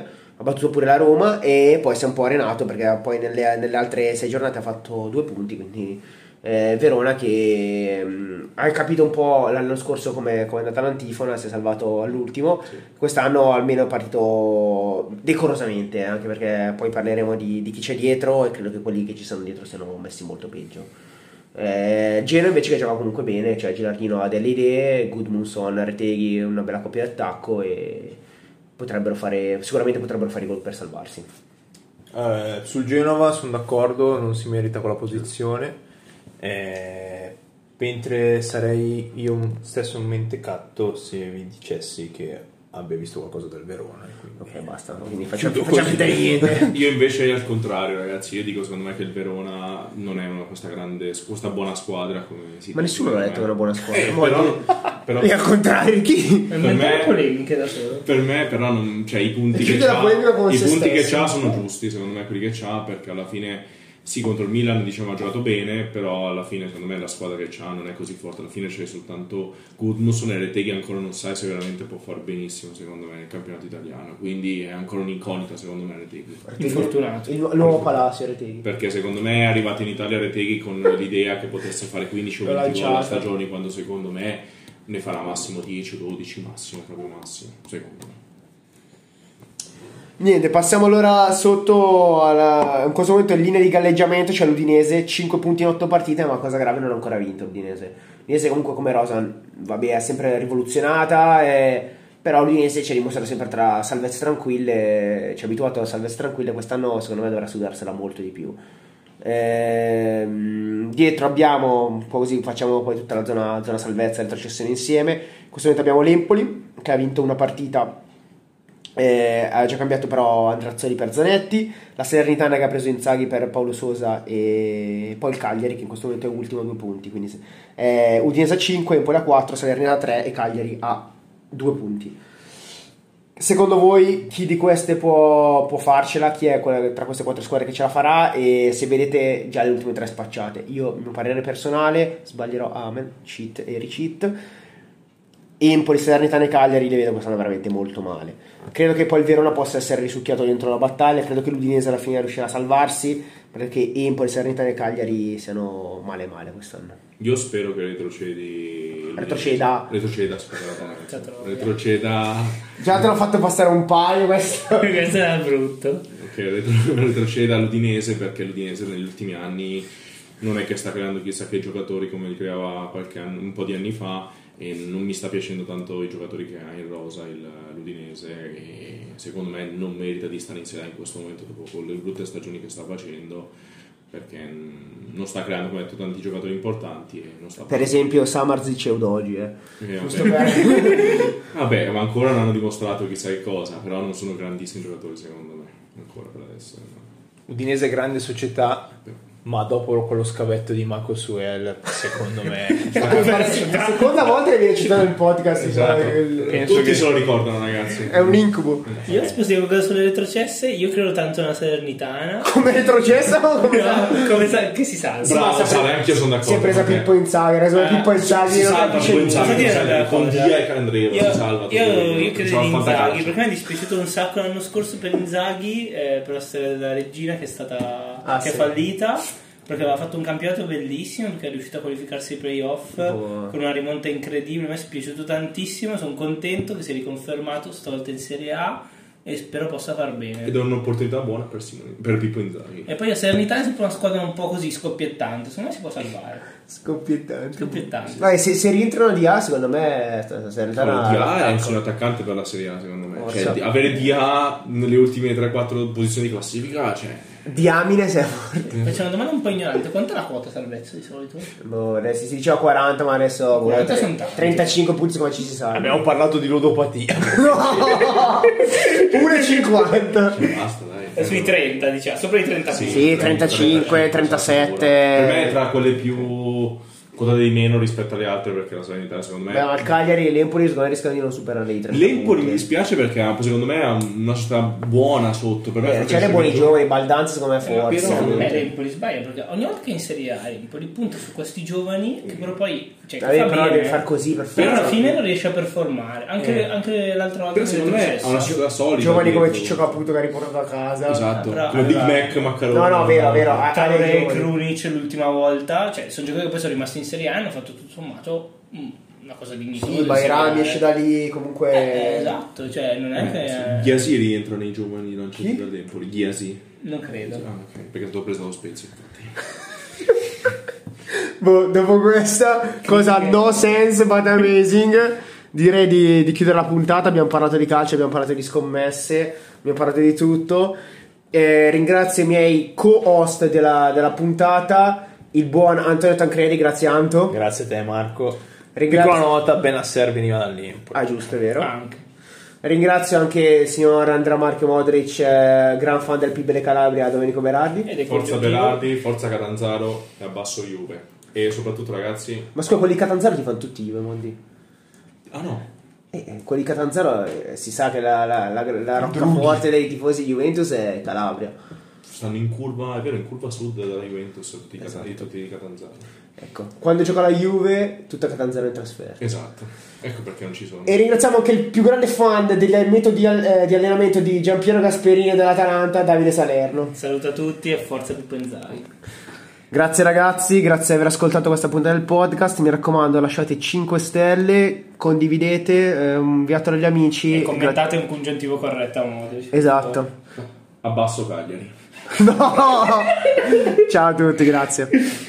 ha battuto pure la Roma e poi si è un po' arenato perché poi nelle, nelle altre sei giornate ha fatto due punti, quindi eh, Verona che mh, ha capito un po' l'anno scorso come è andata l'antifona, si è salvato all'ultimo, sì. Quest'anno almeno è partito decorosamente, anche perché poi parleremo di, di chi c'è dietro e credo che quelli che ci sono dietro siano messi molto peggio. eh, Genoa invece che gioca comunque bene, cioè Gilardino ha delle idee, Gudmundsson, Retegui, una bella coppia d'attacco e potrebbero fare, sicuramente potrebbero fare i gol per salvarsi. Eh, sul Genova sono d'accordo, non si merita quella posizione, eh, mentre sarei io stesso un mentecatto se vi dicessi che abbia visto qualcosa del Verona. Quindi... Ok, basta, quindi facciamo, facciamo finta di niente. Io invece al contrario, ragazzi, io dico secondo me che il Verona non è una, questa grande, questa buona squadra come si ma nessuno l'ha detto che è una buona squadra, eh, però, però, e al contrario chi? Per me polemiche da solo. Per me però non, cioè, i punti che c'ha i punti che c'ha sono giusti secondo me, quelli che c'ha, perché alla fine sì, contro il Milan diciamo ha giocato bene, però alla fine secondo me la squadra che c'ha non è così forte, alla fine c'è soltanto Gudmundsson e Retegui ancora non sai se veramente può far benissimo secondo me nel campionato italiano, quindi è ancora un'incognita secondo me Retegui. Infortunato. Il nuovo Palacio Retegui. Perché secondo me è arrivato in Italia Retegui con l'idea che potesse fare quindici o venti gol a stagioni, quando secondo me ne farà massimo dieci o dodici, massimo, proprio massimo, secondo me. Niente, passiamo allora sotto alla, in questo momento in linea di galleggiamento c'è l'Udinese, cinque punti in otto partite, ma cosa grave non ha ancora vinto l'Udinese. L'Udinese comunque come rosa, vabbè, è sempre rivoluzionata, e, però l'Udinese ci ha dimostrato sempre tra salvezze tranquille, ci ha abituato a salvezze tranquille, quest'anno secondo me dovrà sudarsela molto di più. Ehm, dietro abbiamo un po' così, facciamo poi tutta la zona, zona salvezza e retrocessione insieme. In questo momento abbiamo l'Empoli che ha vinto una partita. Eh, ha già cambiato però Andrazzoli per Zanetti, la Salernitana che ha preso Inzaghi per Paolo Sosa e poi il Cagliari che in questo momento è ultimo a due punti, quindi eh, Udinese a cinque, Empoli a quattro, Salernitana a tre e Cagliari a due punti. Secondo voi chi di queste può, può farcela? Chi è quella, tra queste quattro squadre che ce la farà? E se vedete già le ultime tre spacciate, io, il mio parere personale, sbaglierò, amen, cheat e recheat, Empoli, Salernitana e Cagliari le vedo quest'anno veramente molto male. Credo che poi il Verona possa essere risucchiato dentro la battaglia, credo che l'Udinese alla fine riuscirà a salvarsi, perché Empoli, Salernitana e Cagliari siano male male quest'anno. Io spero che retrocedi retroceda retroceda scusate, retroceda già te l'ho fatto passare un paio questo questo era brutto. Ok, retro, retroceda l'Udinese, perché l'Udinese negli ultimi anni non è che sta creando chissà che giocatori come li creava qualche anno, un po' di anni fa, e non mi sta piacendo tanto i giocatori che ha in rosa il, l'Udinese, e secondo me non merita di stare in Serie A in questo momento dopo con le brutte stagioni che sta facendo, perché non sta creando, come detto, tanti giocatori importanti e non sta per esempio Samardzic e Udogi eh. eh, vabbè. Vabbè, ma ancora non hanno dimostrato chissà che cosa, però non sono grandissimi giocatori secondo me ancora per adesso. Udinese grande società, ma dopo quello scavetto di Marco Suel secondo me la seconda volta che viene citato nel podcast, esatto. il... tutti che... se lo ricordano, ragazzi, è un incubo. Io se posso dire qualcosa sulle retrocesse, io credo tanto nella Salernitana come retrocessa o come, no, come sa- che si salva. bravo, sì, Sala, anche io sono d'accordo, si è presa perché... Pippo Inzaghi, ha reso eh, Pippo Inzaghi, si non salva capisce Pippo niente. Inzaghi, Posso dire una con cosa? Dia e Candreva Io, si salva io, tutto, io credo diciamo, in Inzaghi, fantacalcio. perché mi è dispiaciuto un sacco l'anno scorso per Inzaghi, eh, per la storia della regina che è stata Ah, che sì. è fallita, perché aveva fatto un campionato bellissimo, perché è riuscito a qualificarsi ai playoff Oh. con una rimonta incredibile. Mi è piaciuto tantissimo, sono contento che si è riconfermato stavolta in Serie A e spero possa far bene. ed è un'opportunità buona per, Simone, per Pippo Inzaghi. E poi la Salernitana è sempre una squadra un po' così scoppiettante, secondo me si può salvare. Scoppiettante. Scoppiettante. Vai, se, se rientrano di A secondo me Salernitana Di A è un solo attaccante per la Serie A secondo me, Oh, cioè, so. di- avere Di A nelle ultime tre quattro posizioni di classifica, cioè Diamine sei forte. Faccio una domanda un po' ignorante, quant'è la quota salvezza di solito? Boh, adesso si diceva quaranta, ma adesso quaranta sono tanti. trentacinque punti come ci si sa. abbiamo parlato di ludopatia. No! Pure cinquanta. basta dai. È sui trenta, diciamo, sopra i trenta. Sì, trentacinque, trentasette. Per me è tra quelle più quotate di meno rispetto alle altre perché la Salernitana secondo me Beh, ma il Cagliari e l'Empoli secondo me rischiano di non superare i tre. l'Empoli mi dispiace perché secondo me ha una società buona sotto per me Eh, c'è le buoni giovani, Baldanza secondo me è Eh, ma forte. secondo me Sì. l'Empoli sbaglia perché ogni volta che in Serie A l'Empoli punta su questi giovani che però poi cioè, che Vabbè, fa però bene, deve far così per però forza. alla fine non riesce a performare anche, Eh. anche l'altra volta però che secondo me retrocesso. ha una società solida Giovani come dietro. Ciccio Caputo che ha riportato a casa. esatto Però come Big aveva- Mac Maccaroni No, no, vero, vero. ha- ha dei Traoré e giovani. Krunic l'ultima volta, cioè sono giocatori che poi sono rimasti in Serie A e hanno fatto tutto sommato mm, una cosa dignitosa. Sì, Bairami esce da lì comunque. Eh, esatto, cioè non è che Ghiasi rientra nei giovani lanciati dall'Empoli Ghiasi non credo. ah ok perché t'ho preso dallo Spezia Boh, dopo questa cosa no sense but amazing, direi di, di chiudere la puntata. Abbiamo parlato di calcio, abbiamo parlato di scommesse, abbiamo parlato di tutto. Eh, ringrazio i miei co-host della, della puntata, il buon Antonio Tancredi. Grazie Anto. Grazie a te Marco. Ringrazio- Piccola nota, Benasser veniva dall'Empoli. Ah, giusto, è vero. Anche. Ringrazio anche il signor Andrea Marchio Modric, eh, gran fan del P I B delle Calabria, Domenico Berardi. Ed è forza congiuntivo. Berardi forza Catanzaro e abbasso Juve e soprattutto ragazzi Ma scusa, quelli di Catanzaro ti fanno tutti Juve, Mondi? ah no Eh, eh, quelli di Catanzaro eh, si sa che la, la, la, la roccaforte dei tifosi Juventus è Calabria. stanno in curva è vero in curva sud della Juventus tutti, i Esatto. Catan- tutti di Catanzaro Ecco, quando gioca la Juve, tutta Catanzaro in trasferta. esatto ecco perché non ci sono E ringraziamo anche il più grande fan dei metodi eh, di allenamento di Giampiero Gasperini e dell'Atalanta, Davide Salerno. Saluta tutti e forza Pipenzai. Grazie ragazzi, grazie di aver ascoltato questa puntata del podcast. Mi raccomando, lasciate cinque stelle, condividete, eh, inviatelo agli amici. E commentate un congiuntivo corretto a modo. Esatto. abbasso Cagliari No! Ciao a tutti, grazie.